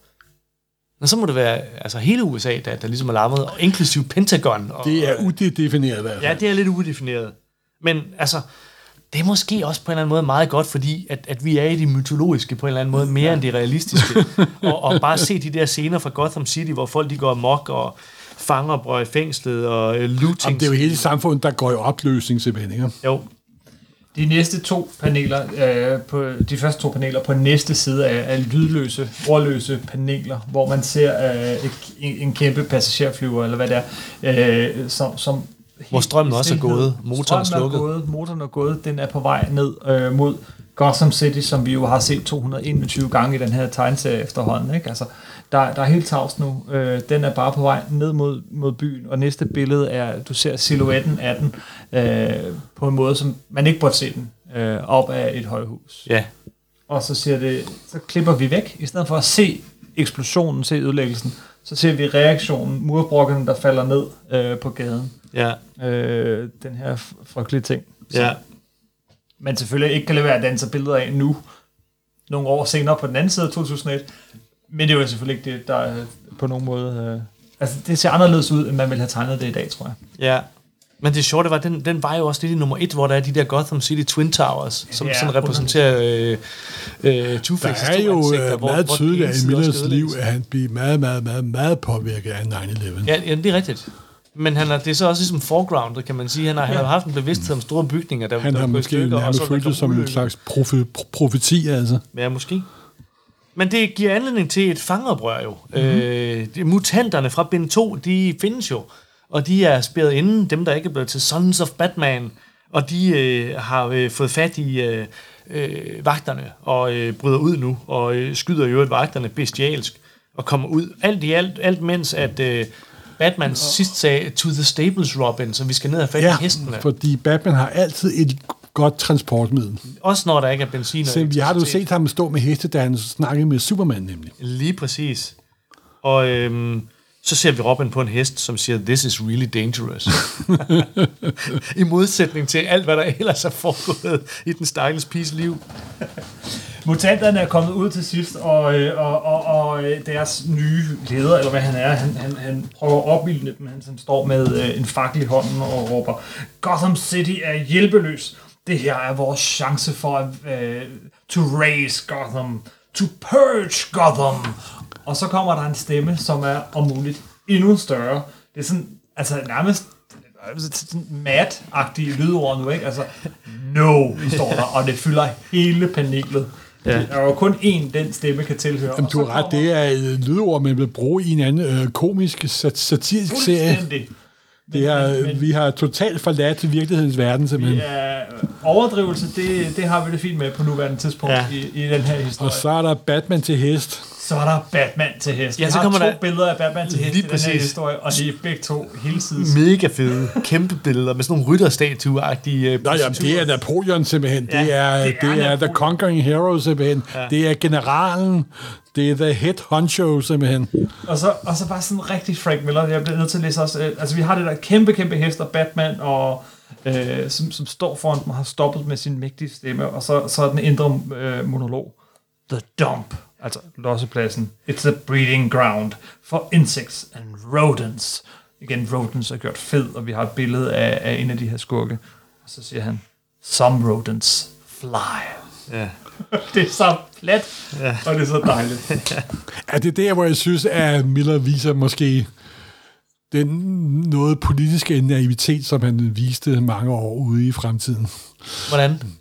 så må det være altså hele USA, der ligesom er larmet, og inklusive Pentagon. Det er udefineret i hvert fald. Ja, det er lidt udefineret. Men altså, det er måske også på en eller anden måde meget godt, fordi at vi er i det mytologiske på en eller anden måde, mere end det realistiske. og bare se de der scener fra Gotham City, hvor folk de går amok og fanger brøg i fængslet og looting. Jamen, det er jo hele samfundet, der går i opløsning simpelthen, ikke? Jo. De næste to paneler, de første to paneler på næste side er lydløse, ordløse paneler, hvor man ser en kæmpe passagerflyver, eller hvad det er, som hvor strømmen også er gået, motoren slukket. Motoren er gået, den er på vej ned mod Gotham City, som vi jo har set 221 gange i den her tegneserie efterhånden. Ikke? Altså, der er helt tavs nu. Den er bare på vej ned mod byen, og næste billede er, du ser silhuetten af den på en måde, som man ikke burde se den op af et højhus. Ja. Og så klipper vi væk, i stedet for at se eksplosionen, se ødelæggelsen, så ser vi reaktionen, murbrokkene, der falder ned på gaden. Ja. Den her frygtelige ting. Ja. Man selvfølgelig ikke kan lade være at danse billeder af nu, nogle år senere på den anden side af 2001, men det er jo selvfølgelig ikke det, der er på nogen måde... altså, det ser anderledes ud, end man ville have tegnet det i dag, tror jeg. Ja, men det sjove var, den var jo også lidt i nummer 1, hvor der er de der Gotham City Twin Towers, som sådan repræsenterer Two-Faces. Der er jo meget tydeligt af Millers liv, at han bliver meget, meget, meget, meget påvirket af 9/11. Ja, det er rigtigt. Men det er så også ligesom foreground, kan man sige. Han har haft en bevidsthed om store bygninger, der han har måske nærmest følt det som en slags profeti, altså. Ja, måske. Men det giver anledning til et fangeoprør jo. Mutanterne fra Bind 2, de findes jo. Og de er spærret inde, dem der ikke er blevet til Sons of Batman. Og de har fået fat i vagterne og bryder ud nu. Og skyder jo vagterne bestialsk og kommer ud. Alt mens at... Batman sidst sagde, to the stables, Robin, så vi skal ned og fat i hestene. Fordi Batman har altid et godt transportmiddel. Også når der ikke er benzin. Så vi har du set ham stå med heste, da han snakkede med Superman, nemlig. Lige præcis. Og så ser vi Robin på en hest, som siger, this is really dangerous. I modsætning til alt, hvad der ellers er foregået i den stakkels piges liv. Mutanterne er kommet ud til sidst, og deres nye leder, eller hvad han er, han prøver at opildne dem. Han står med en fakkel i hånden og råber, Gotham City er hjælpeløs. Det her er vores chance for at to raise Gotham, to purge Gotham. Og så kommer der en stemme, som er om muligt endnu større. Det er sådan, altså nærmest mad-agtige lydord nu, ikke? Altså, no, står der, og det fylder hele panelet. Ja. Der er jo kun én, den stemme kan tilhøre. Jamen, du har ret, det er et lydord, man vil bruge i en anden komisk, satirisk serie. Vi har totalt forladt virkelighedens verden, simpelthen. Overdrivelse, det har vi det fint med på nuværende tidspunkt i den her historie. Og så er der Batman til hest. Så er der Batman til hest. Ja, vi så har kommer to der billeder af Batman til hest i den her historie, og de er begge to helsides. Mega fede, kæmpe billeder med sådan nogle rytterstatue-agtige. Nej, jamen, det er Napoleon simpelthen. Det er The Conquering Hero simpelthen. Ja. Det er generalen. Det er the head honcho simpelthen. Og så bare sådan rigtig Frank Miller. Jeg bliver nødt til at læse også. Altså vi har det der kæmpe hest og Batman, og som står foran dem og har stoppet med sin mægtige stemme, og så er den indre monolog. The dump. Altså lossepladsen. It's a breeding ground for insects and rodents. Igen, rodents er gjort fed, og vi har et billede af en af de her skurke. Og så siger han, some rodents fly. Ja. Det er så plat, og det er så dejligt. Er det der, hvor jeg synes, at Miller viser måske den noget politiske naivitet, som han viste mange år ude i fremtiden? Hvordan?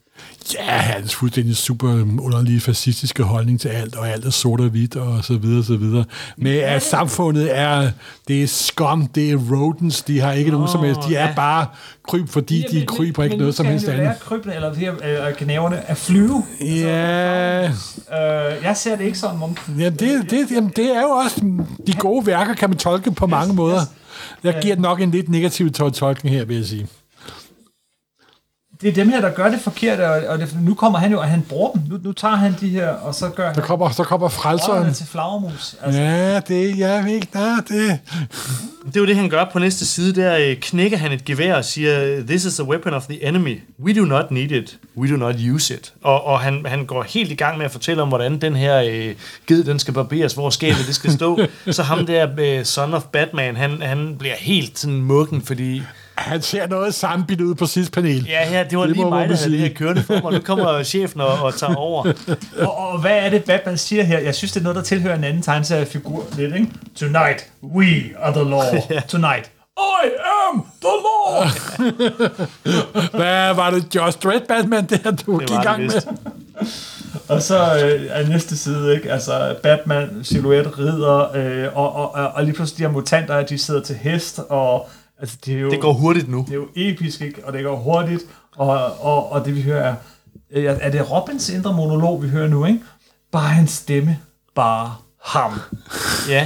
Ja, hans fuldstændig super underlige fascistiske holdning til alt, og alt er sort og hvidt, og så videre, så videre. Men at samfundet det er skum, det er rodents, de har ikke nogen som helst, de er bare kryb, fordi de kryber ikke noget som helst andet. Men krybene, eller her knæverne, at flyve. Ja. Jeg ser det ikke sådan, Morten. Ja, det er jo også, de gode værker kan man tolke på mange måder. Jeg giver nok en lidt negativ tolkning her, vil jeg sige. Det er dem her, der gør det forkert, og nu kommer han jo, og han bruger dem. Nu tager han de her, og så gør han... Så kommer frelseren. Til flagermus. Altså. Ja, jeg ved ikke, det... Det er jo det, han gør på næste side. Der knækker han et gevær og siger, "This is a weapon of the enemy. We do not need it. We do not use it." Og han går helt i gang med at fortælle om, hvordan den her ged, den skal barberes, hvor skabet det skal stå. Så ham der, Son of Batman, han bliver helt sådan muggen, fordi... Han ser noget sammenbidt ud på sidste panel. Ja, det var lige mig, der havde det her kørende for mig. Nu kommer chefen og tager over. og hvad er det, Batman siger her? Jeg synes, det er noget, der tilhører en anden tegneseriefigur lidt, ikke? Tonight, we are the law. Tonight, I am the law. Hvad var det, Josh Dredd Batman, der du gik i gang med? Og så er næste side, ikke? Altså, Batman, silhouette, ridder, og lige pludselig de her mutanter, de sidder til hest, og altså, det går hurtigt nu. Det er jo episk, ikke? Og det går hurtigt, og det vi hører er det Robins indre monolog, vi hører nu, ikke? Bare hans stemme, bare ham. Ja.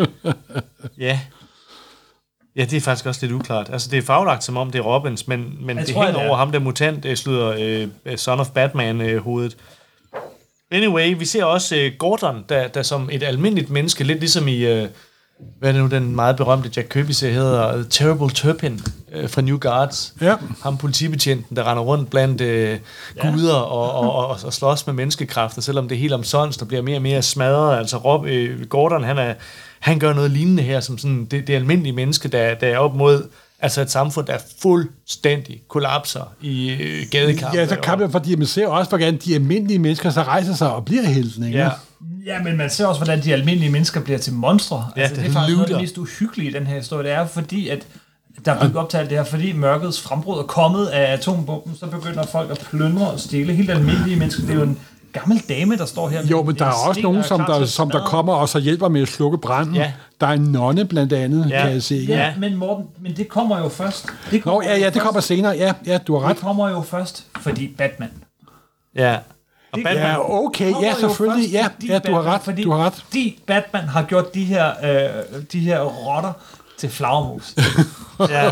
Ja, det er faktisk også lidt uklart. Altså, det er faglagt, som om det er Robins, men det hænger over ham, der mutant slutter Son of Batman-hovedet. Anyway, vi ser også Gordon, der som et almindeligt menneske, lidt ligesom i... hvad er det nu, den meget berømte Jack Kirby-serie hedder? Terrible Turpin fra New Guards. Ja. Ham politibetjenten, der render rundt blandt guder og slås med menneskekræfter, selvom det er helt omsonst, der bliver mere og mere smadret. Altså Gordon, han gør noget lignende her, som sådan det almindelige menneske, der er op mod altså et samfund, der fuldstændig kollapser i gadekampe. Ja, så kan det, fordi man ser også, hvordan de almindelige mennesker så rejser sig og bliver helten, ikke? Ja, men man ser også, hvordan de almindelige mennesker bliver til monstre. Ja, altså, det er faktisk noget af det mest uhyggelige i den her historie. Det er fordi, at der er bygget op til alt det her, fordi mørkets frembrud er kommet af atombomben, så begynder folk at plyndre og stjæle helt almindelige mennesker. Det er jo en gammel dame, der står her. Jo, men der er også nogen, som der kommer og så hjælper med at slukke branden. Ja. Der er en nonne blandt andet, kan jeg se. Ja, men Morten, det kommer jo først. Det kommer senere. Ja, du har ret. Det kommer jo først, fordi Batman. Ja. Ja, okay, ja, selvfølgelig. Ja, du har ret. Fordi Batman har gjort de her rotter til flagermus. Ja.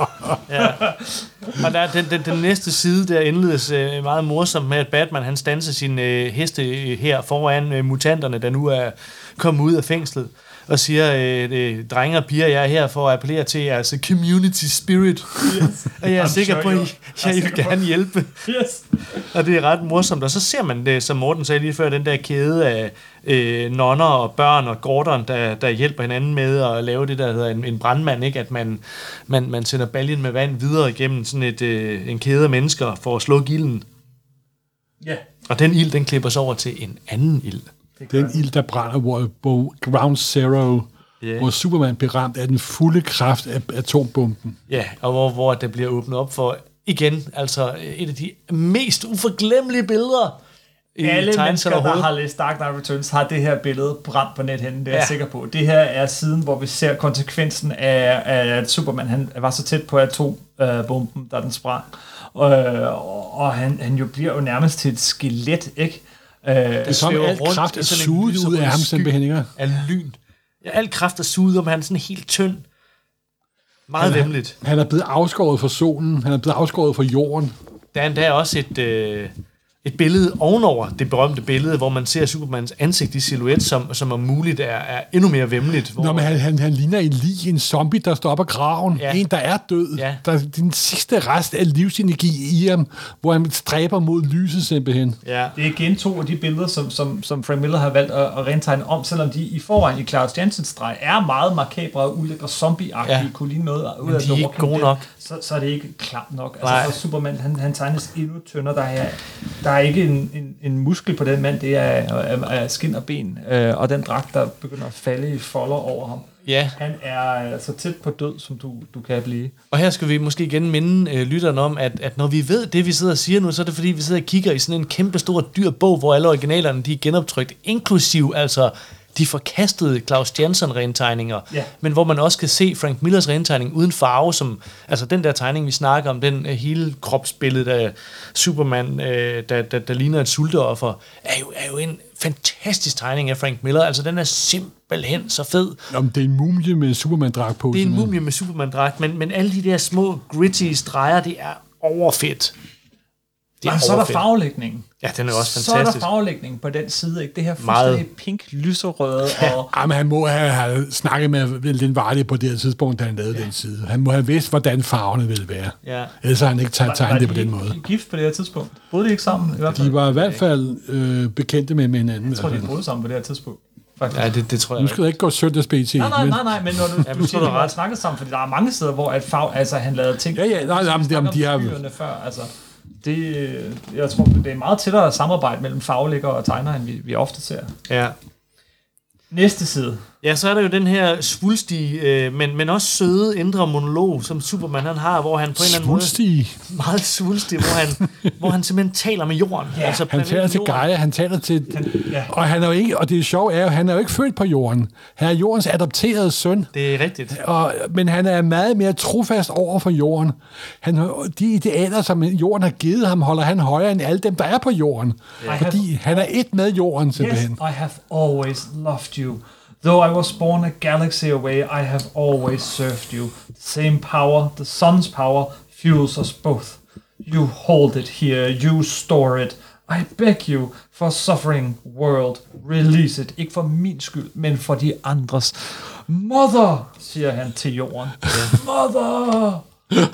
Og der den næste side, der indledes meget morsomt med, at Batman han standser sin heste her foran mutanterne, der nu er kommet ud af fængslet, og siger, drenge og piger, jeg er her for at appellere til jeres community spirit. Yes. Og jeg er sikker på, at jeg vil gerne hjælpe. Yes. Og det er ret morsomt. Og så ser man det, som Morten sagde lige før, den der kæde af nonner og børn og Gordon, der hjælper hinanden med at lave det, der hedder en brandmand, ikke? At man sender baljen med vand videre igennem sådan en kæde af mennesker for at slå gilden. Ja. Yeah. Og den ild, den klipper sig over til en anden ild. Den ild, der brænder, hvor Ground Zero, hvor Superman bliver ramt af den fulde kraft af atombomben. Ja, og hvor der bliver åbnet op for, igen, altså et af de mest uforglemmelige billeder. Alle mennesker, der har læst Dark Knight Returns, har det her billede brændt på nethinden, det er jeg sikker på. Det her er siden, hvor vi ser konsekvensen af at Superman han var så tæt på atombomben, da den sprang. Og han jo bliver jo nærmest til et skelet, ikke? Det er som alt kraft er suget ud af ham simpelthen, ikke? Af lyn. Ja, alt kraft er suget om han er sådan helt tynd. Meget vemmeligt. Han er blevet afskåret fra solen, han er blevet afskåret fra jorden. Der er endda også et billede ovenover det berømte billede, hvor man ser Supermans ansigt i silhuet, som om muligt er endnu mere væmmeligt. Nå, men han ligner en zombie, der står op af graven. Ja. En, der er død. Ja. Der er den sidste rest af livsenergi i ham, hvor han stræber mod lyset simpelthen. Ja. Det er igen to af de billeder, som Frank Miller har valgt at rentegne om, selvom de i forvejen i Klaus Jansens streg er meget makabre og ulækre zombie-agtige, kunne ligne noget ud af de er ikke gode nok. Så er det ikke klart nok. Altså for Superman, han tegnes endnu tyndere. Der er ikke en muskel på den mand, det er skin og ben, og den dragt, der begynder at falde i folder over ham. Ja. Han er så tæt på død, som du kan blive. Og her skal vi måske igen minde lytterne om, at når vi ved det, vi sidder og siger nu, så er det fordi, vi sidder og kigger i sådan en kæmpe stor dyr bog, hvor alle originalerne de er genoptrykt, inklusiv altså de forkastede Klaus Jansson-rentegninger, men hvor man også kan se Frank Millers rentegning uden farve, som, altså den der tegning, vi snakker om, den hele kropsbillede af Superman, der ligner et sulteoffer, er jo en fantastisk tegning af Frank Miller. Altså, den er simpelthen så fed. Jamen, det er en mumie med Superman-dragt på. Det er en mumie med Superman-dragt, men alle de der små gritty streger, det er overfedt. Men så er der farvelægningen. Ja, den er også fantastisk. Så er der farvelægningen på den side, ikke? Det her fuldstændig pink, lyserøde. Ja, men han må have snakket med den Vardy på det her tidspunkt, da han lavede den side. Han må have vidst, hvordan farverne ville være. Ja. Ellers har han ikke tegnet det på den måde. Var de gift på det her tidspunkt? Boede de ikke sammen? I hvert fald? De var i hvert fald bekendte med hinanden. Jeg tror, de boede sammen på det her tidspunkt. Faktisk. Ja, det tror jeg. Nu skal du ikke gå søndags-BT. Nej, men når du siger, de har snakket sammen, fordi der er mange steder, hvor han lavede ting. Ja, de har... Før, altså. Jeg tror, det er meget tættere samarbejde mellem faglægger og tegner, end vi ofte ser. Ja. Næste side. Ja, så er der jo den her svulstige, men også søde indre monolog, som Superman han har, hvor han på en eller anden måde... Meget svulstig, hvor han simpelthen taler med jorden. Ja, altså, han taler til Gaia, han taler til... Og han er jo ikke, og det sjove er jo, han er jo ikke født på jorden. Han er jordens adopterede søn. Det er rigtigt. Men han er meget mere trofast over for jorden. De idealer, som jorden har givet ham, holder han højere end alle dem, der er på jorden. Fordi han er et med jorden, simpelthen. Yes, I have always loved you. Though I was born a galaxy away, I have always served you. The same power, the sun's power, fuels us both. You hold it here, you store it. I beg you, for suffering world, release it. Ikke for min skyld, men for de andres. Mother, siger han til jorden. Mother!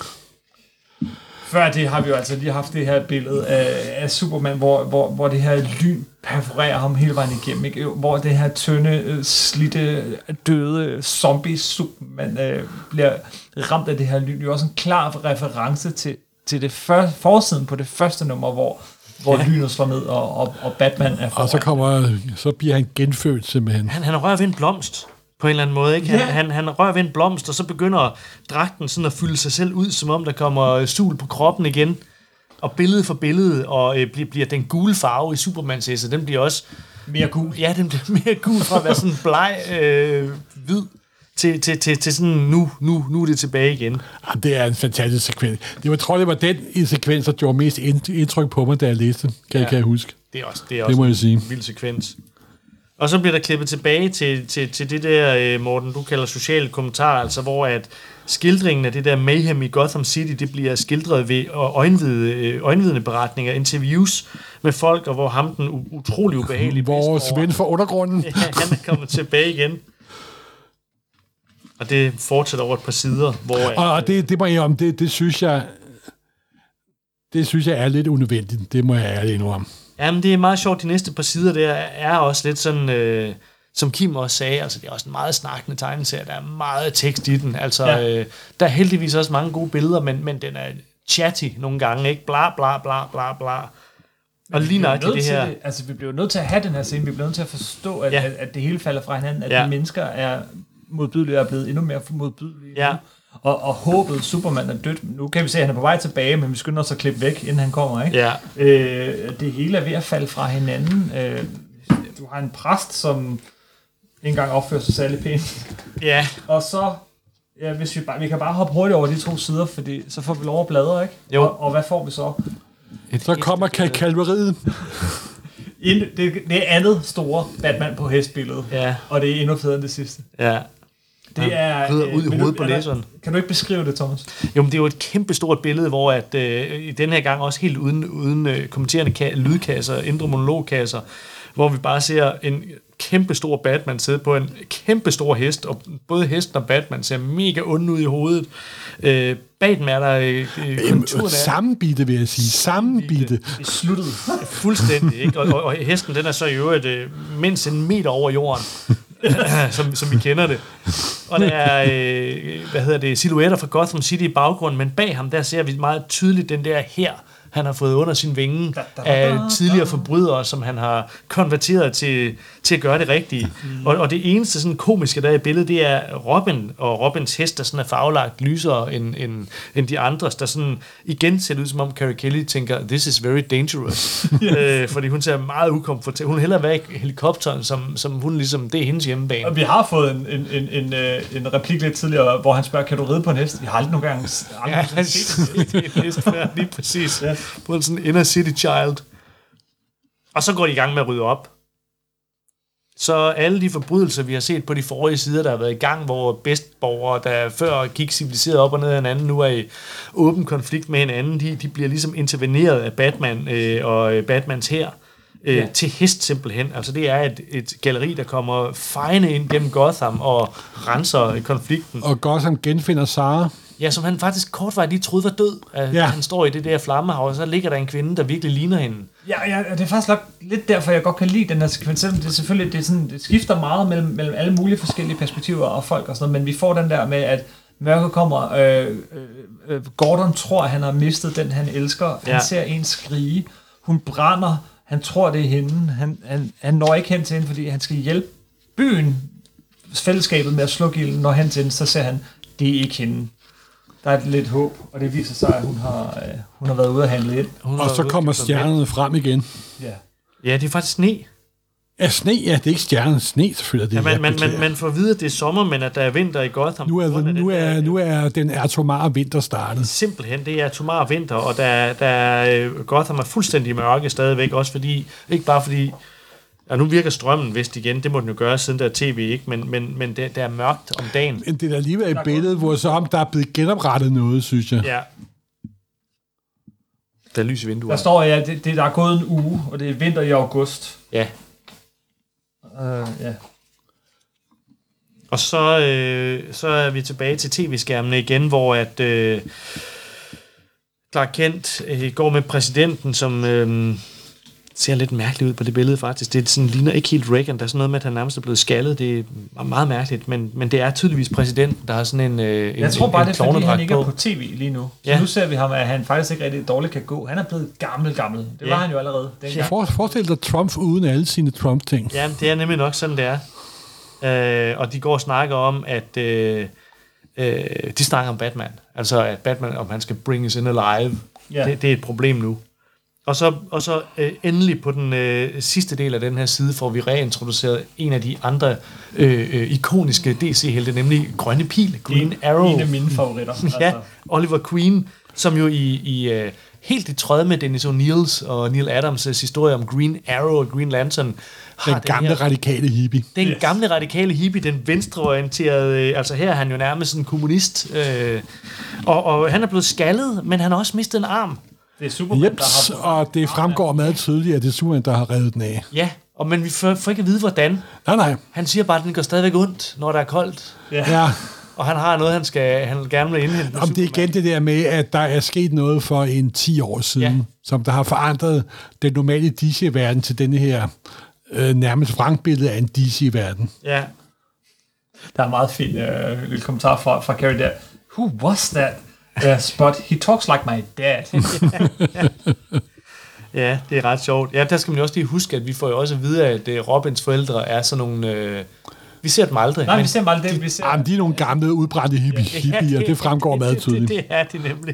Før det har vi jo altså lige haft det her billede af Superman, hvor det her lyn perforerer ham hele vejen igennem, ikke? Hvor det her tynde, slidte, døde zombie Superman bliver ramt af det her lyn. Det er også en klar reference til det forsiden på det første nummer, hvor lynet slår ned, og Batman er foran. Og så bliver han genfødt simpelthen. Han rører ved en blomst. På en eller anden måde, ikke? Han rører ved en blomst, og så begynder dragten sådan at fylde sig selv ud, som om der kommer sul på kroppen igen. Og billede for billede, og bliver den gule farve i Supermans esse, den bliver også... Mere gul. Ja, den bliver mere gul fra at være sådan bleg, hvid, til sådan, nu er det tilbage igen. Jamen, det er en fantastisk sekvens. Det var den sekvens, der gjorde mest indtryk på mig, da jeg læste, kan jeg huske. Det er også må jeg sige. En vild sekvens. Og så bliver der klippet tilbage til det der, Morten, du kalder sociale kommentarer, altså hvor at skildringen af det der mayhem i Gotham City, det bliver skildret ved øjenvidende beretninger, interviews med folk, og hvor ham den utrolig ubehagelige vores ven for undergrunden. Ja, han er kommet tilbage igen. Og det fortsætter over et par sider, hvor... Og det må jeg om, det synes jeg er lidt unødvendigt, det må jeg ærligt indrømme. Jamen, det er meget sjovt. De næste par sider der er også lidt sådan, som Kim også sagde, altså det er også en meget snakkende tegneserie, der er meget tekst i den. Altså, der er heldigvis også mange gode billeder, men den er chatty nogle gange, ikke? Bla, bla, bla, bla, bla. Og lige nok det her... Altså, vi bliver nødt til at have den her scene, vi bliver nødt til at forstå, at det hele falder fra hinanden, at de mennesker er modbydelige og er blevet endnu mere modbydelige. Ja. Og håbet Superman er dødt. Nu kan vi se, at han er på vej tilbage, men vi skynder os at klippe væk, inden han kommer, ikke? Ja. Det hele er ved at falde fra hinanden. Du har en præst, som ikke engang opfører sig særlig pænt. Ja. Og så, hvis vi kan bare hoppe hurtigt over de to sider, fordi så får vi lov at bladre, ikke? Jo. Og hvad får vi så? Så kommer kalveriet. Det er andet store Batman på hestbilledet. Ja. Og det er endnu federe end det sidste. Ja. Det er ud i hovedet på læseren. Kan du ikke beskrive det, Thomas? Jo, men det er jo et kæmpestort billede, hvor at i den her gang også helt uden kommenterende lydkasser, indre monologkasser, hvor vi bare ser en kæmpestor Batman sidde på en kæmpestor hest, og både hesten og Batman ser mega onde ud i hovedet. Bag dem er der konturen af... Sammenbitte, vil jeg sige. Sammenbitte. Det er sluttet. Fuldstændig, ikke? Og hesten, den er så i øvrigt mindst en meter over jorden. som vi kender det. Og der er silhuetter fra Gotham City i baggrunden, men bag ham, der ser vi meget tydeligt den der her, han har fået under sin vinge af tidligere forbrydere, som han har konverteret til at gøre det rigtige. Og det eneste sådan komiske der i billedet, det er Robin og Robins hest, der sådan er farvelagt lysere end de andres, der sådan igen ser ud som om Carrie Kelly tænker, this is very dangerous. Fordi hun ser meget ukomfortabel. Hun hellere være i helikopteren, som hun ligesom, det er hendes hjemmebane. Og vi har fået en replik lidt tidligere, hvor han spørger, kan du ride på en hest? Vi har aldrig nogen gang set en hest før, lige præcis. Ja. På en sådan inner city child. Og så går de i gang med at rydde op. Så alle de forbrydelser, vi har set på de forrige sider, der har været i gang, hvor bedstborgere, der før gik civiliseret op og ned af hinanden, nu er i åben konflikt med hinanden, de bliver ligesom interveneret af Batman og Batmans hær til hest simpelthen. Altså det er et galleri, der kommer fejende ind gennem Gotham og renser konflikten. Og Gotham genfinder Sarah. Ja, som han faktisk kortvarigt lige troede var død. Han står i det der flammehav, og så ligger der en kvinde, der virkelig ligner hende. Ja, det er faktisk nok lidt derfor, jeg godt kan lide den her sekvens. Det er selvfølgelig, det skifter meget mellem alle mulige forskellige perspektiver og folk og sådan noget, men vi får den der med, at mørket kommer. Gordon tror, at han har mistet den, han elsker. Han ser en skrige. Hun brænder. Han tror, det er hende. Han når ikke hen til hende, fordi han skal hjælpe byen, fællesskabet med at slukke ilden. Når hen til hende, så ser han, det er ikke hende. Der er lidt håb, og det viser sig, at hun har været ude at handle ind. Og så kommer stjernerne frem igen. Ja, det er faktisk sne. Ja, sne, ja, det er ikke stjernen. Sne, selvfølgelig. Man får at vide, at det er sommer, men at der er vinter i Gotham. Nu er den atomare vinter startet. Simpelthen, det er atomare vinter, og Gotham er fuldstændig mørke stadigvæk, også fordi, ikke bare fordi, ja, nu virker strømmen vist igen, det må den jo gøre siden der tv, ikke? Men det er mørkt om dagen. Men det er alligevel et billede, hvor så om der er blevet genoprettet noget, synes jeg. Ja. Der er lys i vinduet. Der står, der er gået en uge, og det er vinter i august. Ja. Ja. Og så er vi tilbage til tv-skærmene igen, hvor at Clark Kent går med præsidenten, som ser lidt mærkeligt ud på det billede faktisk. Det sådan, ligner ikke helt Reagan. Der er sådan noget med, at han nærmest er blevet skaldet. Det er meget mærkeligt, men det er tydeligvis præsidenten, der har sådan en jeg tror bare, det er, fordi han ikke er på tv lige nu. Så ja. nu ser vi ham, at han faktisk ikke rigtig dårligt kan gå. Han er blevet gammel. Det var han jo allerede dengang. Forestil dig Trump uden alle sine Trump-ting. Ja, det er nemlig nok sådan, det er. Og de går og snakker om, at de snakker om Batman. Altså, at Batman, om han skal bringes in alive. Det er et problem nu. Og så endelig på den sidste del af den her side får vi reintroduceret en af de andre ikoniske DC-helte, nemlig Grønne Pil, Green Arrow. En af mine favoritter. Ja, Oliver Queen, som jo helt i tråd med Dennis O'Neills og Neil Adams' historie om Green Arrow og Green Lantern. Den gamle radikale hippie. Den gamle radikale hippie, den venstreorienterede, altså her er han jo nærmest en kommunist. Og han er blevet skaldet, men han har også mistet en arm. Det er Superman, der har... og det fremgår meget tydeligt, at det er Superman, der har revet den af. Ja, men vi får ikke at vide, hvordan. Nej. Han siger bare, at den går stadigvæk ondt, når der er koldt. Ja. Og han har noget, han gerne vil indhente. Om det er igen det der med, at der er sket noget for 10 år siden, som der har forandret den normale DC-verden til denne her nærmest vrangbillede af en DC-verden. Ja. Der er en meget fin lille kommentar fra Carrie der. Who was that? Yes, but he talks like my dad. Ja, det er ret sjovt. Ja, der skal man jo også lige huske, at vi får jo også at vide, at Robins forældre er sådan nogle... vi ser dem aldrig. Nej, vi ser dem aldrig. De er nogle gamle, udbrændte hippier. Det fremgår meget tydeligt. Det er de nemlig.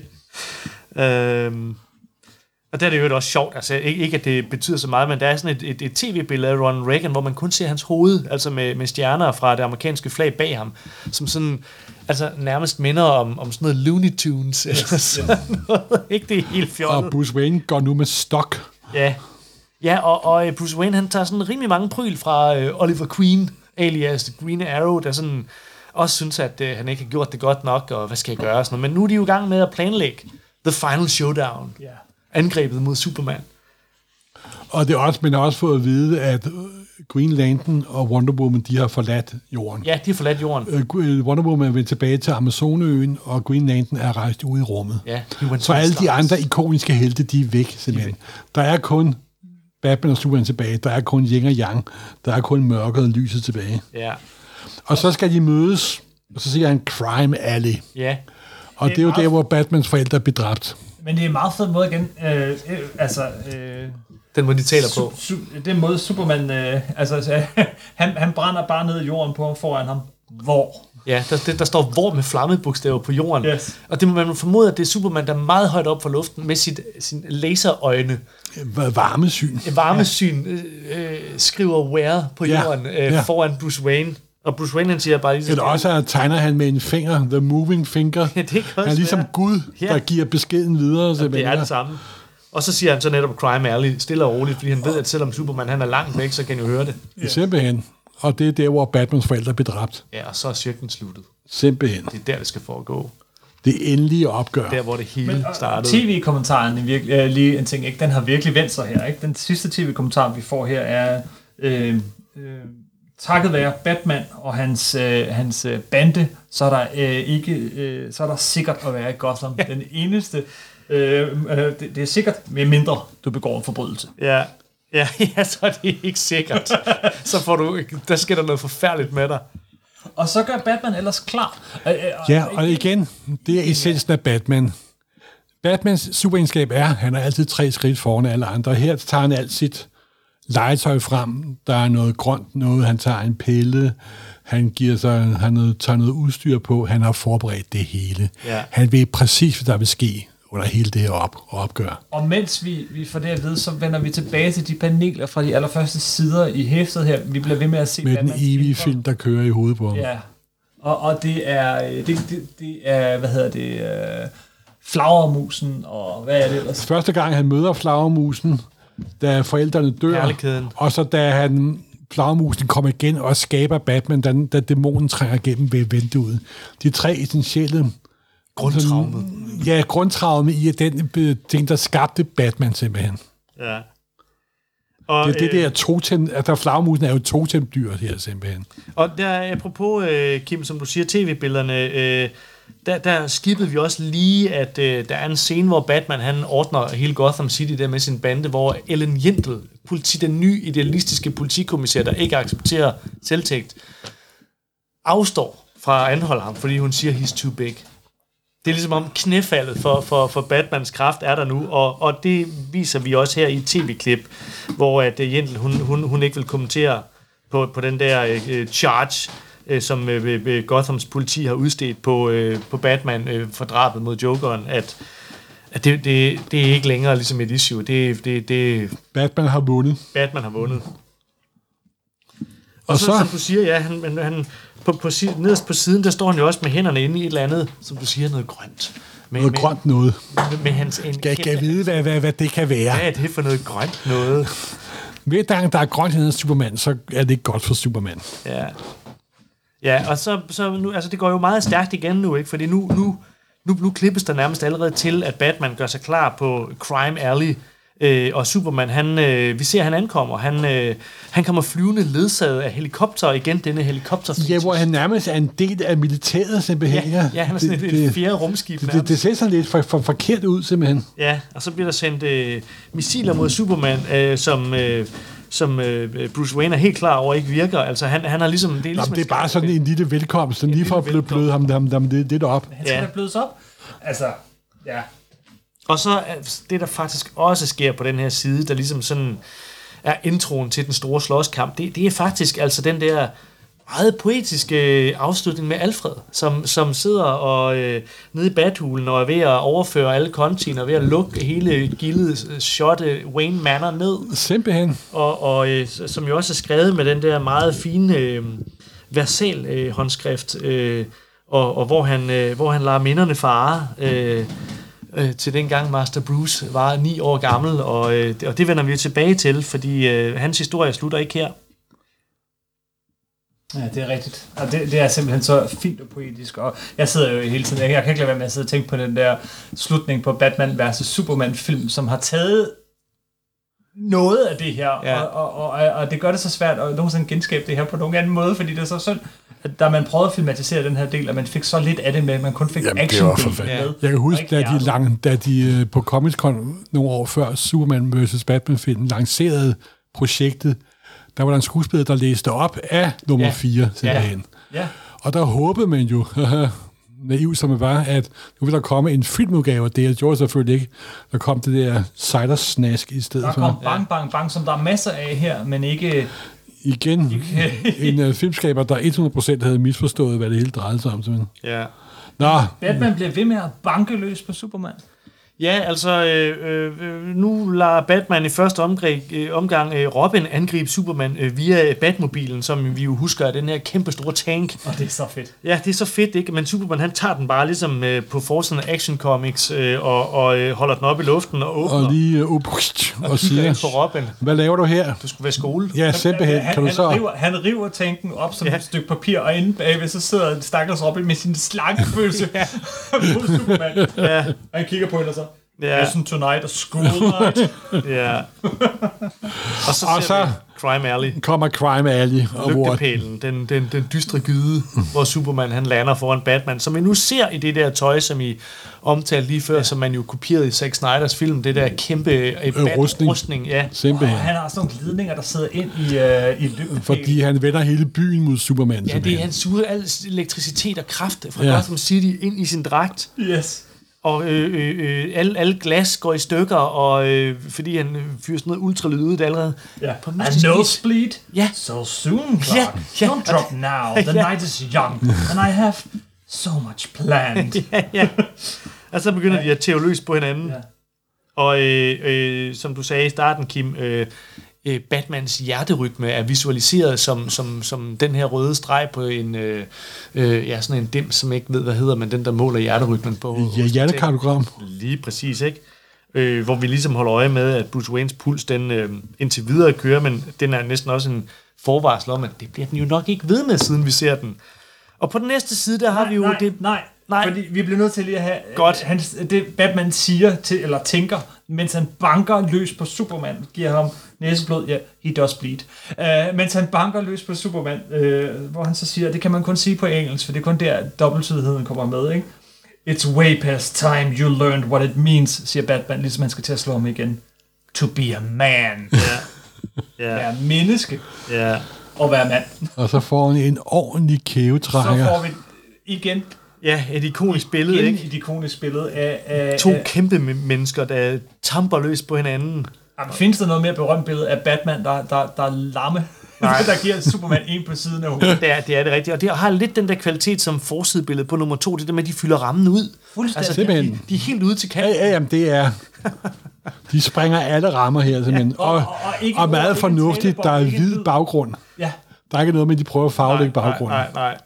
Og der er det jo også sjovt. Altså, ikke at det betyder så meget, men der er sådan et tv-billede af Ronald Reagan, hvor man kun ser hans hoved, altså med stjerner fra det amerikanske flag bag ham, som sådan... Altså nærmest minder om sådan noget Looney Tunes eller sådan noget. Ikke det er helt fjollet. Og Bruce Wayne går nu med stok. Ja, og Bruce Wayne, han tager sådan rimelig mange pryl fra Oliver Queen, alias Green Arrow, der sådan også synes, at han ikke har gjort det godt nok, og hvad skal jeg gøre? Sådan noget. Men nu er de jo i gang med at planlægge The Final Showdown. Angrebet mod Superman. Og det er også, man har også fået at vide, at Green Lantern og Wonder Woman, de har forladt jorden. Ja, de har forladt jorden. Wonder Woman er vendt tilbage til Amazonøen, og Green Lantern er rejst ud i rummet. Ja, så alle de andre ikoniske helte, de er væk, simpelthen. Der er kun Batman og Superman tilbage, der er kun Yin og Yang, der er kun mørket og lyset tilbage. Ja. Og så skal de mødes, og så siger han Crime Alley. Ja. Og det er jo der, hvor Batmans forældre er bedræbt. Men det er en meget fed måde igen. Den måde, de taler på. Den måde Superman... han brænder bare ned i jorden på ham foran ham. Hvor? Ja, der står hvor med flammebogstaver på jorden. Yes. Og det må man formode, at det er Superman, der er meget højt op for luften med sin laserøjne. Varmesyn skriver where på jorden foran Bruce Wayne. Og Bruce Wayne, han siger bare... Eller også tegner han med en finger, the moving finger. Ja, det kan han er ligesom Gud, der giver beskeden videre. Og det er det samme. Og så siger han så netop Crime Alley, stille og roligt, fordi han ved, at selvom Superman han er langt væk, så kan han jo høre det. Ja. Simpelthen. Og det er der, hvor Batmans forældre bliver dræbt. Ja, og så er cirklen sluttet. Simpelthen. Det er der, det skal foregå. Det endelige opgør. Der, hvor det hele startede. TV-kommentaren, lige en ting, ikke? Den har virkelig vendt sig her. Ikke? Den sidste TV-kommentar, vi får her, er takket være Batman og hans bande, så er der så er der sikkert at være i Gotham. Ja. Den eneste... det er sikkert, med mindre du begår en forbrydelse. Ja, så er det ikke sikkert. Så får du... Der sker der noget forfærdeligt med dig. Og så gør Batman ellers klar. Og igen, det er essensen af Batman. Batmans superegenskab er, han er altid 3 skridt foran alle andre. Her tager han alt sit legetøj frem. Der er noget grønt noget. Han tager en pille. Han tager noget udstyr på. Han har forberedt det hele. Ja. Han ved præcis, hvad der vil ske under hele det her opgør. Og mens vi får det at vide, så vender vi tilbage til de paneler fra de allerførste sider i hæftet her. Vi bliver ved med at se... Med den evige film, der kører i hovedet på ham. Ja. Og det er hvad hedder det... Flagermusen, og hvad er det ellers? Første gang han møder flagermusen, da forældrene dør, Herligheden. Og så da flagermusen kommer igen og skaber Batman, da dæmonen trænger igennem ved vinduet. De 3 essentielle grundtraume i den ting, der skabte Batman simpelthen. Ja. Og, det der totem, altså flagermusen er jo totemdyr her simpelthen. Og der, apropos, Kim, som du siger, tv-billederne, der skippede vi også lige, at der er en scene, hvor Batman han ordner hele Gotham City der med sin bande, hvor Ellen Jindal, den nye idealistiske politikommissær, der ikke accepterer selvtægt, afstår fra at anholde ham, fordi hun siger, he's too big. Det er ligesom om knæfaldet for Batmans kraft er der nu, og det viser vi også her i et tv-klip, hvor at Jindal, hun ikke vil kommentere på den der charge, som Gothams politi har udstedt på Batman for drabet mod Jokeren, at det er ikke længere ligesom et issue. Batman har vundet. Batman har vundet. Og så som du siger, ja, han nederst på siden, der står han jo også med hænderne inde i et eller andet, som du siger, noget grønt. Grønt noget. Med hans kan jeg vide, hvad det kan være? Hvad er det for noget grønt noget? Hver gang der er grønt i Superman, så er det ikke godt for Superman. Ja. Ja, og så nu, altså det går jo meget stærkt igen nu, ikke? Fordi nu klippes der nærmest allerede til, at Batman gør sig klar på Crime Alley, og Superman, vi ser, at han ankommer. Han kommer flyvende ledsaget af helikopter igen, denne helikopter. Ja, hvor han nærmest er en del af militæret, simpelthen. Ja, han er sådan et fjerde rumskib. Det ser sådan lidt for forkert ud, simpelthen. Ja, og så bliver der sendt missiler mod Superman, som Bruce Wayne er helt klar over ikke virker. Altså han har ligesom... Det er bare sådan en lille velkomst, lige for at bløde ham det op. Han skal da blødes op. Altså, ja. Og så det, der faktisk også sker på den her side, der ligesom sådan er introen til den store slåskamp, det er faktisk altså den der meget poetiske afslutning med Alfred, som sidder og nede i Bathulen og er ved at overføre alle kontiene og ved at lukke hele gildet shotte Wayne Manor ned. Simpelthen. Og som jo også er skrevet med den der meget fine versal håndskrift, og hvor han lader minderne fare til dengang Master Bruce var 9 år gammel, og det vender vi tilbage til, fordi hans historie slutter ikke her. Ja, det er rigtigt. Og det er simpelthen så fint og poetisk, og jeg sidder jo hele tiden, jeg kan ikke lade være med at sidde og tænke på den der slutning på Batman vs. Superman-film, som har taget noget af det her, ja. og det gør det så svært at nogensinde genskabe det her på nogen anden måde, fordi det er så synd, at da man prøvede at filmatisere den her del, at man fik så lidt af det med, at man kun fik action med. Jeg kan huske, da de på Comic-Con nogle år før Superman vs. Batman-filmen lancerede projektet, der var der en skuespiller, der læste op af nummer 4, simpelthen. Ja. Og der håbede man jo, naiv som det var, at nu vil der komme en filmudgave af det, og gjorde selvfølgelig ikke. Der kom det der cider-snask i stedet for. Der kom Bang Bang Bang, som der er masser af her, men ikke... Igen, en filmskaber, der 100% havde misforstået, hvad det hele drejede sig om, simpelthen. Ja. Nå. Batman bliver ved med at banke løs på Superman. Ja, altså, nu lader Batman i første omgang Robin angribe Superman via Batmobilen, som vi jo husker er den her kæmpe store tank. Og det er så fedt. Ja, det er så fedt, ikke? Men Superman, han tager den bare ligesom på forsiden af Action Comics og holder den op i luften og åbner. Og lige og siger, på Robin. Hvad laver du her? Du skulle være i skole. Ja, simpelthen. Kan du så... Han river tanken op som et stykke papir, og inde bagved, så sidder stakkels Robin med sin slangefølelse på Superman. Ja. Og han kigger på hende og så, ja. Listen tonight og school night. Ja. Og så Crime Alley. Kommer Crime Alley. Lygtepælen, den dystre gyde, hvor Superman han lander foran Batman, som vi nu ser i det der tøj, som I omtalte lige før, som man jo kopierede i Zack Snyders film, det der kæmpe rustning. Ja. Simpelthen. Og han har sådan nogle glidninger, der sidder ind i lygtepælen. Fordi han vender hele byen mod Superman. Ja, det er, han suger al elektricitet og kraft fra Gotham City ind i sin dragt. Yes. Og alle glas går i stykker, og fordi han fyrer sådan noget ultralyd ud allerede. Ja. And nosebleed? Ja. So soon, Clark. Yeah. Don't drop now. The night is young, and I have so much planned. ja. Og så begynder de at tæve løs på hinanden. Ja. Og som du sagde i starten, Kim, Batmans hjerterytme er visualiseret som den her røde streg på en sådan en dims, som ikke ved, hvad hedder, men den, der måler hjerterytmen på. Ja, hjertekartogram. Lige præcis, ikke? Hvor vi ligesom holder øje med, at Bruce Waynes puls, den indtil videre kører, men den er næsten også en forvarsel om, at det bliver den jo nok ikke ved med, siden vi ser den. Og på den næste side, der har vi jo... Nej, fordi vi bliver nødt til lige at have... det Batman siger til, eller tænker, mens han banker løs på Superman, giver ham næseblod, ja, he does bleed. Mens han banker løs på Superman, hvor han så siger, det kan man kun sige på engelsk, for det er kun der, dobbelttydigheden kommer med, ikke? It's way past time you learned what it means, siger Batman, ligesom han skal til at slå ham igen. To be a man. Være menneske. Og være mand. Og så får han en ordentlig kævetrækker. Så får vi igen... Ja, et ikonisk billede, ikke? Et ikonisk billede af to kæmpe mennesker, der tamper løs på hinanden. Jamen, findes der noget mere berømt billede af Batman, der er lamme? Der giver Superman en på siden af hovedet. Det er det rigtigt. Og det har lidt den der kvalitet som forsidebillede på nummer 2. Det der med, at de fylder rammen ud. Altså, de er helt ude til kanten. Ja, jamen det er... De springer alle rammer her, simpelthen. Ja, og meget fornuftigt, der er hvid baggrund. Ja. Der er ikke noget med, at de prøver at farvelægge baggrunden. Nej.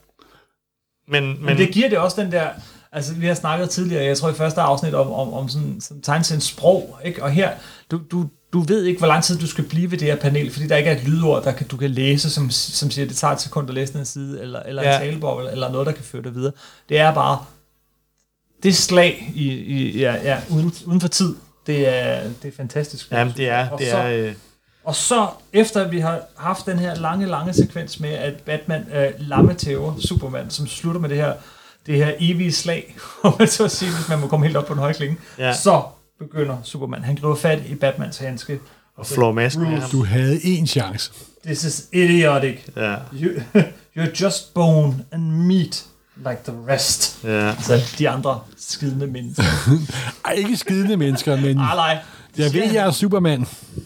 Men det giver det også den der... Altså, vi har snakket tidligere, jeg tror i første afsnit, om sådan tegneseriens sprog, ikke? Og her, du ved ikke, hvor lang tid du skal blive ved det her panel, fordi der ikke er et lydord, du kan læse, som siger, det tager et sekund at læse en side, eller en talebog, eller noget, der kan føre dig videre. Det er bare... Det slag uden for tid, det er fantastisk. Jamen, det er... Og så, efter vi har haft den her lange sekvens med, at Batman lammetæver Superman, som slutter med det her evige slag, om man så siger, hvis man må komme helt op på en høj klinge, så begynder Superman. Han griber fat i Batmans handske. Og flår masken af ham. Du havde én chance. This is idiotic. Yeah. You're just bone and meat like the rest. Så de andre skidende mennesker. Ej, ikke skidende mennesker, men... Nej. Jeg ved, jeg er Superman.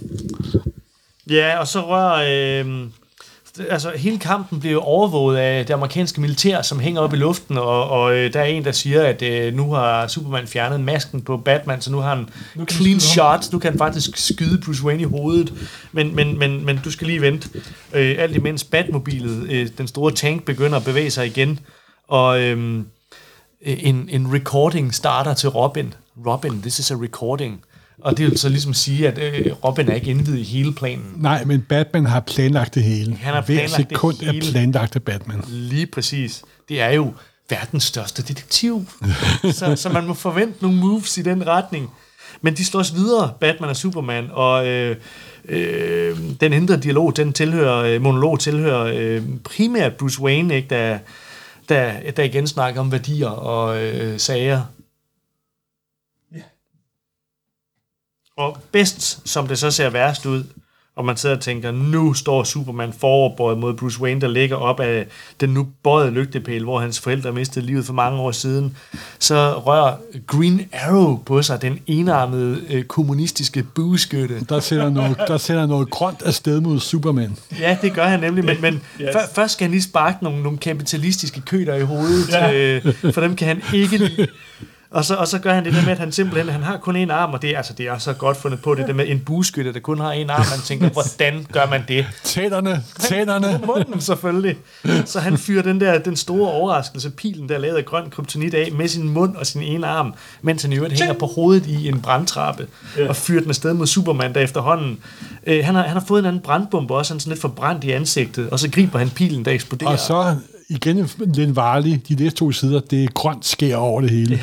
Ja, og så rører... hele kampen bliver overvåget af det amerikanske militær, som hænger op i luften, og der er en, der siger, at nu har Superman fjernet masken på Batman, så nu har han clean shot. Nu kan han faktisk skyde Bruce Wayne i hovedet. Men du skal lige vente. Alt imens Batmobilet, den store tank, begynder at bevæge sig igen, og en recording starter til Robin. Robin, this is a recording. Og det vil så ligesom sige, at Robin er ikke indvidet i hele planen. Nej, men Batman har planlagt det hele. Han har planlagt det hele. Hver sekund er planlagt af Batman. Lige præcis. Det er jo verdens største detektiv. så man må forvente nogle moves i den retning. Men de slås videre, Batman og Superman, og den indre monolog tilhører primært Bruce Wayne, ikke, der igen snakker om værdier og sager. Og bedst, som det så ser værst ud, og man sidder og tænker, nu står Superman foroverbøjet mod Bruce Wayne, der ligger op af den nu bøjede lygtepæl, hvor hans forældre mistede livet for mange år siden, så rører Green Arrow på sig, den enarmede kommunistiske bueskytte. Der sender noget grønt afsted mod Superman. Ja, det gør han nemlig, men yes. Først skal han lige sparke nogle kapitalistiske køder i hovedet, for dem kan han ikke lide. Og så gør han det der med, at han simpelthen han har kun en arm, og det er så godt fundet på, det der med en bueskytte, der kun har en arm. Man tænker, hvordan gør man det? Tænderne. Munden selvfølgelig. Så han fyrer den store overraskelse, pilen, der er lavet af grøn kryptonit af, med sin mund og sin ene arm, mens han i øvrigt hænger på hovedet i en brandtrappe, og fyrer den afsted mod Superman, der efterhånden. Han har fået en anden brandbombe også, han sådan lidt forbrændt i ansigtet, og så griber han pilen, der eksploderer. Og så igen Len Varley, de næste 2 sider, det er grønt skær over det hele.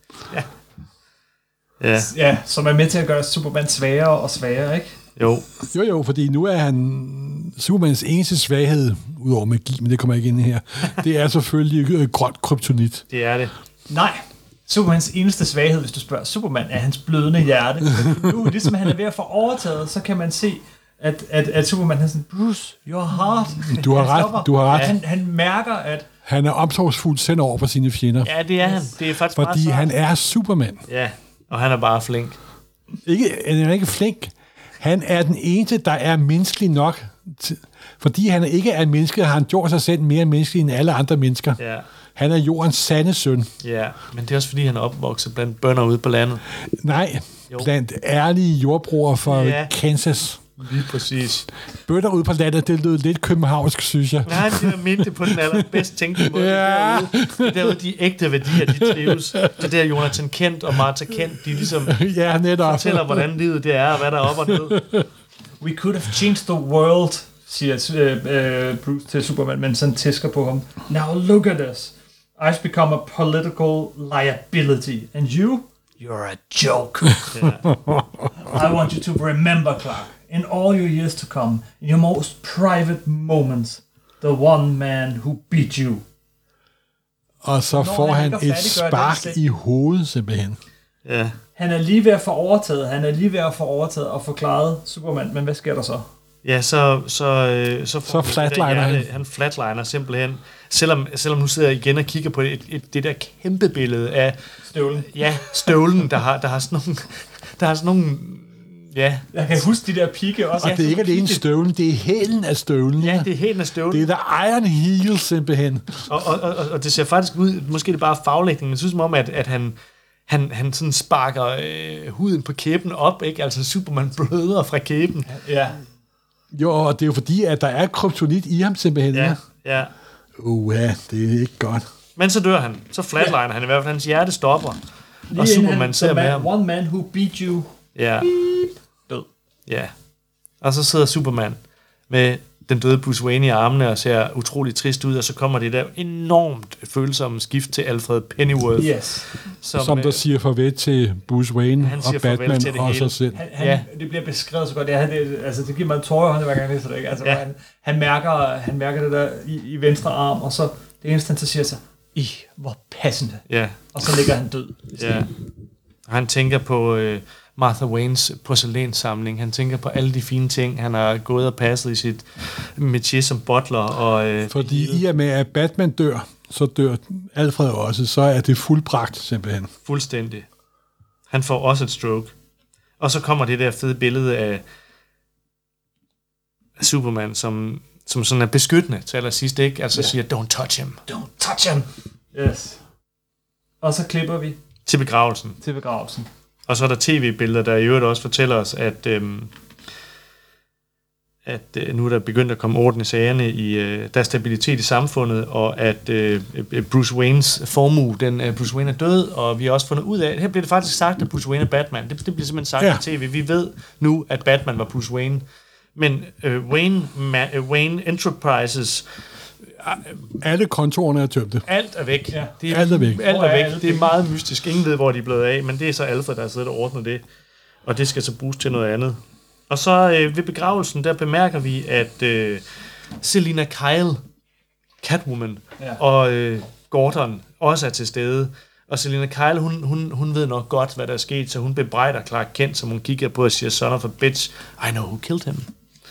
Ja, som er med til at gøre Superman sværere og sværere, ikke? Jo, fordi nu er han Supermans eneste svaghed, udover magi, men det kommer ikke ind her, det er selvfølgelig grønt kryptonit. Det er det. Nej, Supermans eneste svaghed, hvis du spørger Superman, er hans blødende hjerte. Nu, ligesom han er ved at få overtaget, så kan man se, at Superman er sådan, Bruce, your heart. Du har ret. Han mærker, at han er omsorgsfuldt sendt over for sine fjender. Ja, det er han. Det er faktisk fordi han er Superman. Ja, og han er bare flink. Han er ikke flink. Han er den eneste, der er menneskelig nok. Fordi han ikke er en menneske, har han gjort sig selv mere menneskelig end alle andre mennesker. Ja. Han er jordens sande søn. Ja, men det er også fordi, han er opvokset blandt bønder ude på landet. Nej, blandt ærlige jordbrugere fra Kansas. Lige præcis. Bønder ude på landet, det lød lidt københavnsk, synes jeg. Nej, det er mindre på den allerbedst tænkelige måde. Ja. Derude, de ægte værdier, de trives. Det der Jonathan Kent og Martha Kent, de ligesom fortæller, hvordan livet det er, og hvad der er op og ned. We could have changed the world, siger Bruce til Superman, mens han tæsker på ham. Now look at us. I've become a political liability. And you? You're a joke. I want you to remember, Clark, in all your years to come, in your most private moments, the one man who beat you. Og så får han et spark i hovedet, simpelthen. Ja. Han er lige ved at få overtaget og forklaret Superman, men hvad sker der så? Ja, så flatliner han. Han flatliner simpelthen. Selvom nu sidder jeg igen og kigger på det der kæmpe billede af støvlen. Ja, støvlen, der har sådan nogle ja. Jeg kan huske de der pigge også. Og det er ikke alene støvlen, det er hælen af støvlen. Ja, det er hælen af støvlen. Det er der Iron Heel, simpelthen. Og det ser faktisk ud, måske det er bare faglægning, men jeg synes som om, at han sådan sparker huden på kæben op, ikke? Altså Superman bløder fra kæben. Ja. Jo, og det er jo fordi, at der er kryptonit i ham, simpelthen. Ja. Ja, det er ikke godt. Men så dør han. Så flatliner han i hvert fald. Hans hjerte stopper. Og Superman ser med ham. One man who beat you. Ja. Død. Ja. Og så sidder Superman med den døde Bruce Wayne i armene og ser utrolig trist ud, og så kommer det der enormt følsomme skift til Alfred Pennyworth. Yes. Som der siger farvel til Bruce Wayne og Batman og sig selv. Det bliver beskrevet så godt. Det giver mig en tårer i hånden, hver gang jeg læser det. Ikke? Altså, han mærker det der i venstre arm, og så det eneste, han så siger sig, hvor passende. Ja. Og så ligger han død. Ja. Han tænker på Martha Waynes porcelænssamling. Han tænker på alle de fine ting, han har gået og passet i sit métier som butler. Og, fordi i og med, at Batman dør, så dør Alfred også, så er det fuldbragt simpelthen. Fuldstændig. Han får også et stroke. Og så kommer det der fede billede af Superman, som sådan er beskyttende til allersidst, ikke? Altså siger, don't touch him. Don't touch him. Yes. Og så klipper vi til begravelsen. Og så er der tv-billeder, der i øvrigt også fortæller os, at nu er der begyndt at komme orden i sagerne, der er stabilitet i samfundet, og at Bruce Waynes formue, Bruce Wayne er død, og vi har også fundet ud af, her bliver det faktisk sagt, at Bruce Wayne er Batman. Det bliver simpelthen sagt på tv. Vi ved nu, at Batman var Bruce Wayne. Men Wayne Enterprises... Alle kontorerne er tømte. Alt er væk. Ja. Alt er væk. Det er meget mystisk. Ingen ved, hvor de er blevet af, men det er så Alfred, der har siddet og ordnet det. Og det skal så bruges til noget andet. Og så ved begravelsen, der bemærker vi, at Selina Kyle, Catwoman, og Gordon også er til stede. Og Selina Kyle, hun ved nok godt, hvad der er sket, så hun bebrejder Clark Kent, som hun kigger på og siger, son of a bitch, I know who killed him.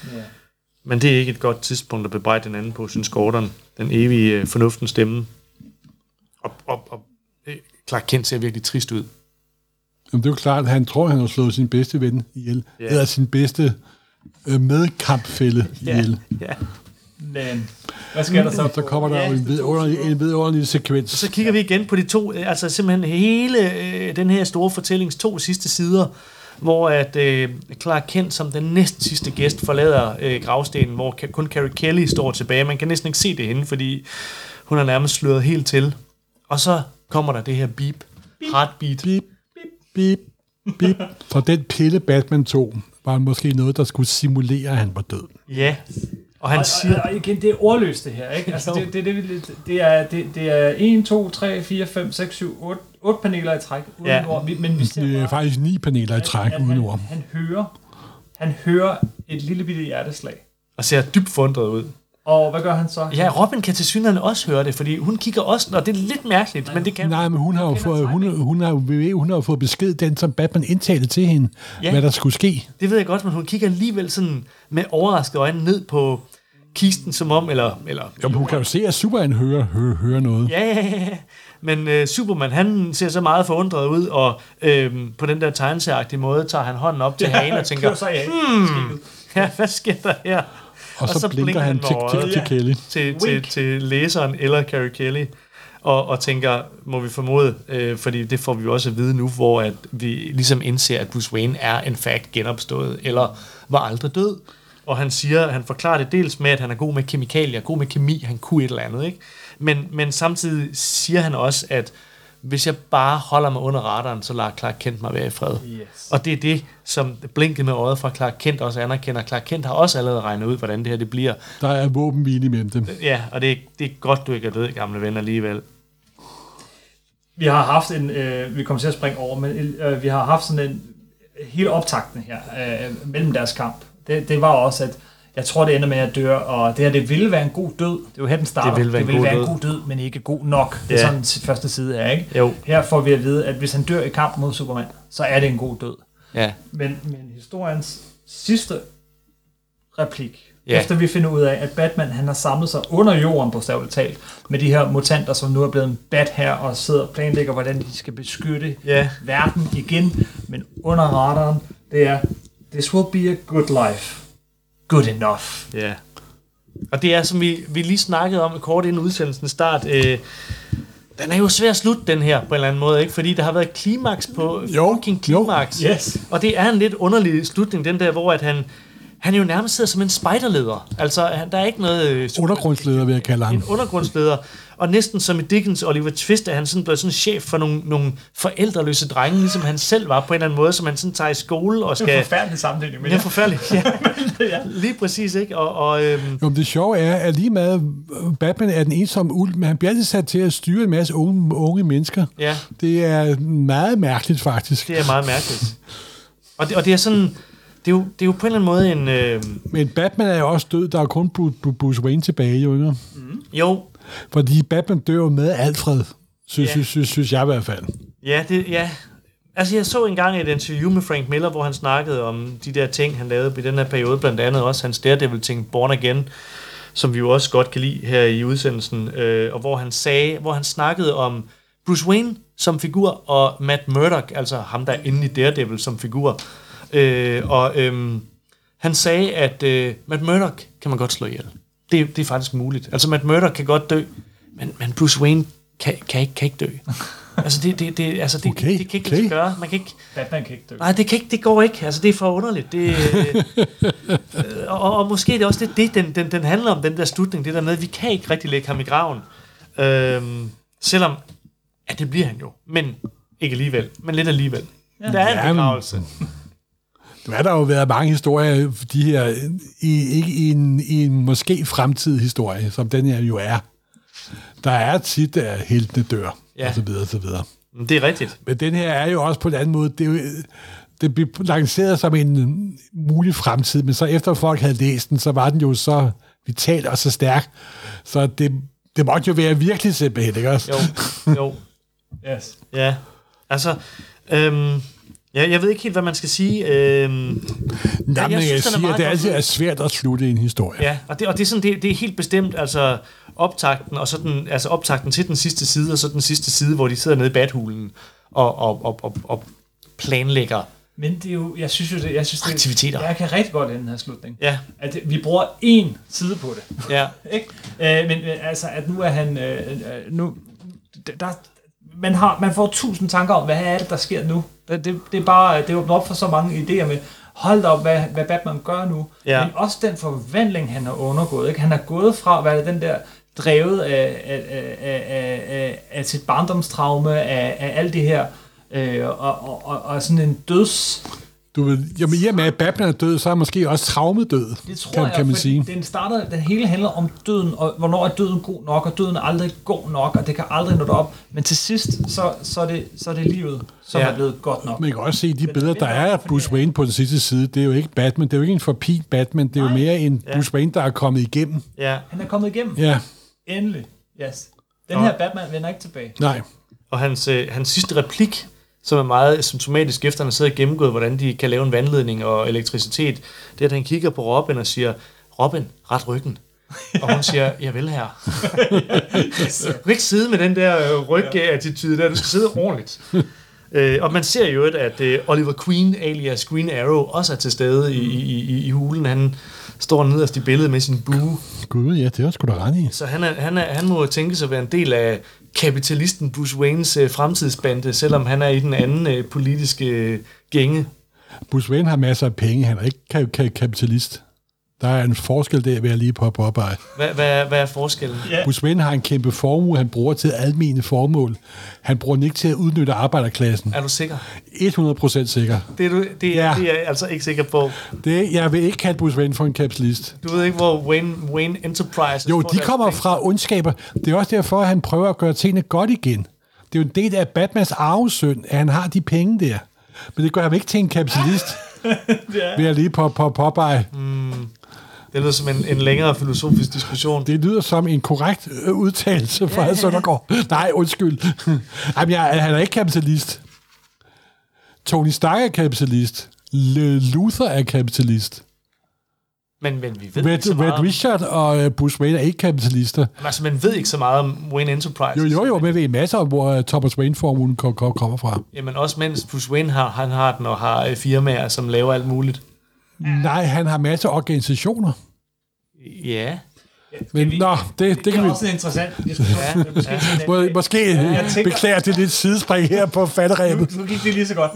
Men det er ikke et godt tidspunkt at bebrejde den anden på, synes Gordon. Den evige fornuftens stemme. Og Clark Kent ser virkelig trist ud. Jamen, det er jo klart, at han tror, han har slået sin bedste ven ihjel. Yeah. Eller sin bedste medkampfælle ihjel. Ja. Men hvad sker der så? Så kommer der jo en vidunderlig sekvens. Så kigger vi igen på de to, altså simpelthen hele den her store fortællings 2 sidste sider, hvor at Clark Kent som den næsten sidste gæst forlader gravstenen, hvor kun Carrie Kelly står tilbage. Man kan næsten ikke se det henne, fordi hun er nærmest sløret helt til. Og så kommer der det her beep. Heartbeat. Beep, beep, beep. Så den pille Batman tog, var måske noget, der skulle simulere, at han var død. Ja. Og han siger... Og igen, det er ordløst det her, ikke? Altså, det er 1, 2, 3, 4, 5, 6, 7, 8 paneler i træk uden ord. Men vi ser det er faktisk 9 paneler i træk uden ord. Han hører et lille bitte hjerteslag. Og ser dybt fundret ud. Og hvad gør han så? Ja, Robin kan til synligheden også høre det, fordi hun kigger også, og det er lidt mærkeligt, men det kan... Nej, men hun har jo fået besked, den som Batman indtalte til hende, hvad der skulle ske. Det ved jeg godt, men hun kigger alligevel sådan med overraskede øjne ned på kisten, som om, eller... Jamen, hun kan jo se, at Superman hører noget. Ja. Men Superman, han ser så meget forundret ud, og på den der tegneserieagtige måde, tager han hånden op til hagen og tænker, hvad sker der her? Og så blinker han til Kelly. Til læseren eller Carrie Kelly. Og tænker, må vi formode, fordi det får vi jo også at vide nu, hvor at vi ligesom indser, at Bruce Wayne er en fact genopstået, eller var aldrig død. Og han forklarer det dels med, at han er god med kemikalier, god med kemi, han kunne et eller andet, ikke? Men samtidig siger han også, at hvis jeg bare holder mig under radaren, så lader Clark Kent mig være i fred. Yes. Og det er det, som blinket med øjet fra Clark Kent også anerkender. Clark Kent har også allerede regnet ud, hvordan det her det bliver. Der er våbenhvile imellem dem. Ja, og det er godt, du ikke er død, gamle ven, alligevel. Vi har haft vi kommer til at springe over, men vi har haft sådan en hele optakten her mellem deres kamp. Det var også, at jeg tror, det ender med at døre, og det her, det ville være en god død. Det er jo her, den starter. Det ville være en god død, men ikke god nok. Det er sådan første side er, ikke? Jo. Her får vi at vide, at hvis han dør i kamp mod Superman, så er det en god død. Ja. Men historiens sidste replik, efter vi finder ud af, at Batman, han har samlet sig under jorden, bogstaveligt talt, med de her mutanter, som nu er blevet en bat her, og sidder og planlægger, hvordan de skal beskytte verden igen, men under radaren, det er, this will be a good life. Good enough. Ja. Og det er, som vi lige snakkede om kort inden udsendelsen start, den er jo svær at slutte, den her, på en eller anden måde, ikke? Fordi der har været klimaks på fucking klimaks. Yes. Og det er en lidt underlig slutning, den der, hvor at han jo nærmest sidder som en spejderleder. Altså, der er ikke noget... undergrundsleder, vil jeg kalde ham. En undergrundsleder. Og næsten som i Dickens Oliver Twist, er han sådan blevet sådan chef for nogle forældreløse drenge, ligesom han selv var på en eller anden måde, som han sådan tager i skole og skal... Det er forfærdeligt sammenligning med det. Det er forfærdeligt, ja. Lige præcis, ikke? Jo, det sjove er, at lige med Batman er den ensomme ulv, men han bliver altid sat til at styre en masse unge mennesker. Ja. Det er meget mærkeligt, faktisk. Det er meget mærkeligt. Og det er sådan... Det er jo på en eller anden måde en... Men Batman er jo også død. Der er kun Bruce Wayne tilbage, jo ikke? Jo. Fordi Batman dør jo med Alfred, synes jeg i hvert fald. Ja. Altså, jeg så engang et interview med Frank Miller, hvor han snakkede om de der ting, han lavede i den her periode, blandt andet også hans Daredevil-ting, Born Again, som vi jo også godt kan lide her i udsendelsen, og hvor han snakkede om Bruce Wayne som figur, og Matt Murdock, altså ham, der er inde i Daredevil som figur. Han sagde, at Matt Murdock kan man godt slå ihjel. Det er faktisk muligt. Altså, Matt Murdock kan godt dø, men Bruce Wayne kan ikke dø. Altså, det kan ikke lade sig gøre. Man kan ikke... Batman kan ikke dø. Nej, det går ikke. Altså, det er for underligt. Og måske det er også det den handler om, den der slutning. Det der med, at vi kan ikke rigtig lægge ham i graven. Selvom, at det bliver han jo. Men ikke alligevel. Men lidt alligevel. Ja. Der er en begravelse. Nu er der jo været mange historier, de her, ikke i en måske fremtidig historie, som den her jo er. Der er tit, at heltene dør, og så videre, og så videre. Det er rigtigt. Men den her er jo også på en anden måde, det blev lanceret som en mulig fremtid, men så efter folk havde læst den, så var den jo så vital og så stærk, så det måtte jo være virkelig simpelthen, ikke også? Jo. Yes. Ja, altså... Ja, jeg ved ikke helt, hvad man skal sige. Jeg synes, at det altid er svært at slutte en historie. Ja, og det er sådan, det er helt bestemt, altså optakten, og så optakten til den sidste side, og så den sidste side, hvor de sidder nede i badhulen og planlægger. Men det er jo, jeg synes aktiviteter. Jeg kan rigtig godt lide den her slutning. Ja. At vi bruger én side på det. Ja. Ikke? Men altså, at nu er han... man får 1000 tanker om, hvad er det, der sker nu? Det er bare... Det åbner op for så mange idéer med, hold da op, hvad Batman gør nu. Ja. Men også den forvandling, han har undergået. Ikke? Han er gået fra at være den der drevet af sit barndomstraume, af alt det her, og sådan en døds... Jamen, i og med, at Batman er død, så er måske også traumet død, det tror kan man sige. Den hele handler om døden, og hvornår er døden god nok, og døden er aldrig god nok, og det kan aldrig nå op. Men til sidst, så er det livet, som er blevet godt nok. Man kan også se, de billeder, der er af Bruce Wayne på den sidste side, det er jo ikke Batman, det er jo ikke en forpint Batman, det er jo mere en Bruce Wayne, der er kommet igennem. Ja. Han er kommet igennem? Ja. Endelig, yes. Den her Batman vender ikke tilbage. Nej. Og hans sidste replik, som er meget symptomatisk efter, han sidder og gennemgået, hvordan de kan lave en vandledning og elektricitet, det er, at han kigger på Robin og siger, Robin, ret ryggen. Og hun siger, jeg vil her. Du kan ikke sidde med den der ryg-attitude der, du skal sidde ordentligt. Og man ser jo, at Oliver Queen, alias Green Arrow, også er til stede i hulen. Han står nederst i billedet med sin bue. Gud, ja, det er sgu da ret i. Så han må tænke sig at være en del af kapitalisten Bruce Waynes fremtidsbande, selvom han er i den anden politiske gænge. Bruce Wayne har masser af penge, han er ikke kapitalist. Der er en forskel der, vil jeg lige på arbejde. Hvad er forskellen? Yeah. Bruce Wayne har en kæmpe formue, han bruger til almene formål. Han bruger den ikke til at udnytte arbejderklassen. Er du sikker? 100% sikker. Det er jeg altså ikke sikker på. Jeg vil ikke kalde Bruce Wayne for en kapitalist. Du ved ikke, hvor Wayne Enterprises... Jo, de kommer fra ondskaber. Det er også derfor, at han prøver at gøre tingene godt igen. Det er jo en del af Batmans arvesøn, at han har de penge der. Men det gør ham ikke til en kapitalist. Vil jeg lige påpege. Det lyder som en længere filosofisk diskussion. Det lyder som en korrekt udtalelse fra Søndergaard. Nej, undskyld. Jamen, han er ikke kapitalist. Tony Stark er kapitalist. Luther er kapitalist. Men vi ved ikke så meget Red Richard og Bruce Wayne er ikke kapitalister. Altså, man ved ikke så meget om Wayne Enterprises. Jo, men ved masser om, hvor Thomas Wayne-formuen kommer fra. Jamen også mens Bruce Wayne han har den og har firmaer, som laver alt muligt. Nej, han har masser af organisationer. Ja. Men det kan vi... Det er også en interessant diskussion. Måske beklager det lidt sidespring her på falderæbet. Nu gik det lige så godt.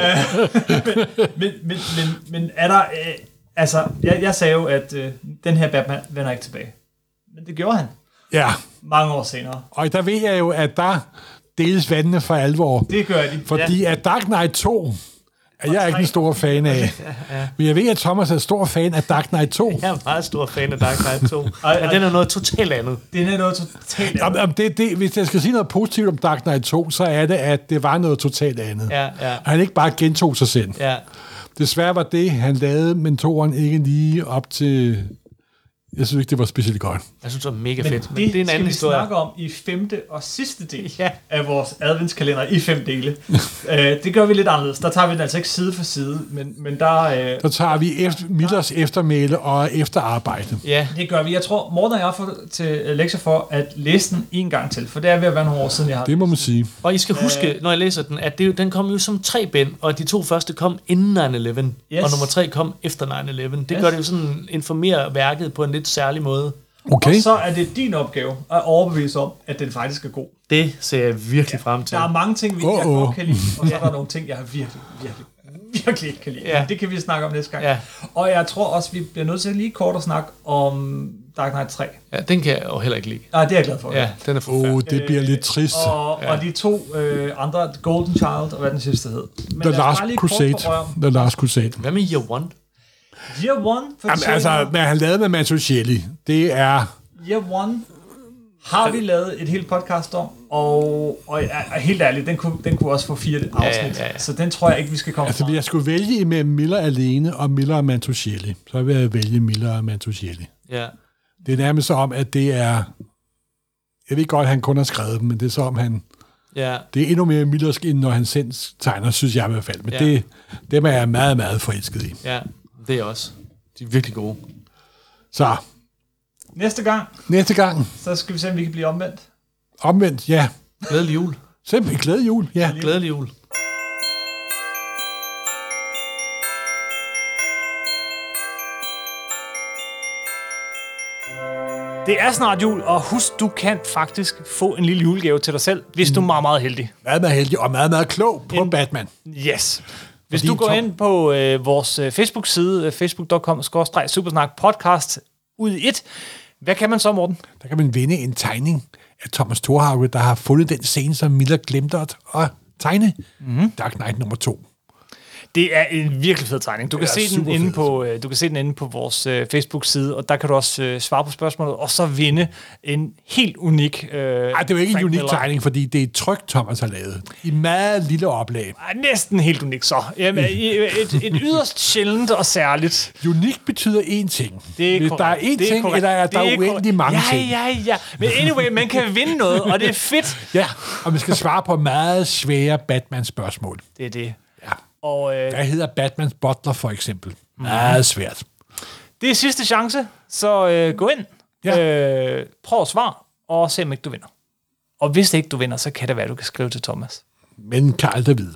men er der... Altså, jeg sagde jo, at den her Batman vender ikke tilbage. Men det gjorde han. Ja. Mange år senere. Og der ved jeg jo, at der deles vandene for alvor. Det gør de. Fordi at Dark Knight 2 er jeg ikke en stor fan af. Men jeg ved, at Thomas er stor fan af Dark Knight 2. Jeg er meget stor fan af Dark Knight 2. Men den er noget totalt andet. Den er noget totalt andet. Hvis jeg skal sige noget positivt om Dark Knight 2, så er det, at det var noget totalt andet. Ja. Og han ikke bare gentog sig selv. Ja. Desværre var det, han lavede mentoren ikke lige op til... Jeg synes ikke, det var specielt godt. Jeg synes, det var mega fedt. Men det er en anden historie. Det skal vi snakke om i 5. og sidste del af vores adventskalender i 5 dele. Det gør vi lidt anderledes. Der tager vi den altså ikke side for side, men der... Der tager vi Millers eftermæle og efterarbejde. Ja, det gør vi. Jeg tror, Morten og jeg har fået til lektier for at læse den en gang til, for det er ved at være nogle år siden, jeg har... Det må man sige. Og I skal huske, når jeg læser den, at den kom jo som 3 bind, og de 2 første kom inden 9/11, og nummer 3 kom efter 9/11. Det gør det jo sådan informere værket på en lidt særlig måde. Okay. Og så er det din opgave at overbevise om, at den faktisk er god. Det ser jeg virkelig frem til. Der er mange ting, jeg godt kan lide, og så er der nogle ting, jeg virkelig ikke kan lide. Ja. Det kan vi snakke om næste gang. Ja. Og jeg tror også, vi bliver nødt til lige kort at snakke om Dark Knight 3. Ja, den kan jeg jo heller ikke lide. Nej, det er jeg glad for. Ja, den er forfærdelig. Det bliver lidt trist. Og de 2 andre, Golden Child og hvad den sidste hed. Men The Last Crusade. Hvad med Year One? Year One? Altså, hvad han lavede med Mantuchelli, det er... Year One har vi lavet et helt podcast om, og helt ærligt, den kunne også få 4 afsnit. Ja. Så den tror jeg ikke, vi skal komme fra. Altså, jeg skulle vælge imellem Miller alene og Miller og Mantuchelli. Så vil jeg vælge Miller og Mantuchelli. Ja. Det er nærmest så om, at det er... Jeg ved godt, at han kun har skrevet dem, men det er så om, han Ja. Det er endnu mere mildersk, end når han selv tegner, synes jeg i hvert fald. Men dem er jeg meget, meget forelsket i. Ja, det er også. De er virkelig gode. Så. Næste gang, så skal vi se, om vi kan blive omvendt. Omvendt, ja. Glædelig jul. Simpelthen glædelig jul, ja. Glædelig jul. Det er snart jul, og husk, du kan faktisk få en lille julegave til dig selv, hvis du er meget, meget heldig. Meget, meget heldig og meget, meget klog på Batman. Yes. Hvis du går ind på vores Facebook-side, facebook.com/Supersnak podcast ud i et, hvad kan man så, Morten? Der kan man vinde en tegning af Thomas Thorhauge, der har fundet den scene, som Miller glemte at tegne. Dark Knight nummer 2. Det er en virkelig fed tegning. Du kan se den inde på vores Facebook-side, og der kan du også svare på spørgsmålet, og så vinde en helt unik det er jo ikke en unik tegning, fordi det er et tryk, Thomas har lavet. I meget lille oplag. Næsten helt unik så. Jamen, et yderst sjældent og særligt. Unik betyder én ting. Det er hvis der er én ting, eller er der uendelig mange ting. Ja. Men anyway, man kan vinde noget, og det er fedt. Ja, og man skal svare på meget svære Batman-spørgsmål. Det er det. Ja. Og, hvad hedder Batmans butler, for eksempel? Meget svært. Det er sidste chance, så gå ind. Ja. Prøv at svare, og se om ikke du vinder. Og hvis ikke du vinder, så kan det være, du kan skrive til Thomas. Men kan aldrig vide.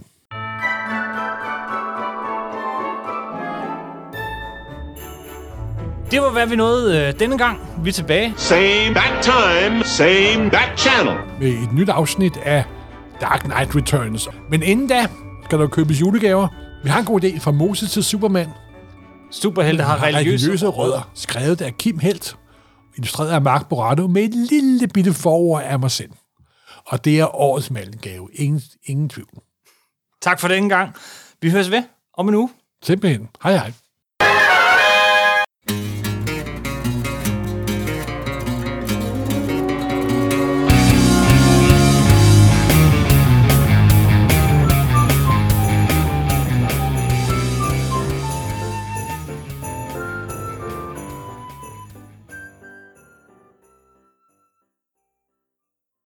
Det var, hvad vi nåede denne gang. Vi er tilbage. Same bat time, same bat channel. Med et nyt afsnit af Dark Knight Returns. Men inden da skal der købes julegaver. Vi har en god idé fra Moses til Superman. Superhelte har religiøse rødder. Skrevet af Kim Helt. Illustreret af Mark Borato med et lille bitte forord af mig selv. Og det er årets malengave. Ingen tvivl. Tak for denne gang. Vi høres ved om en uge. Simpelthen. Hej hej.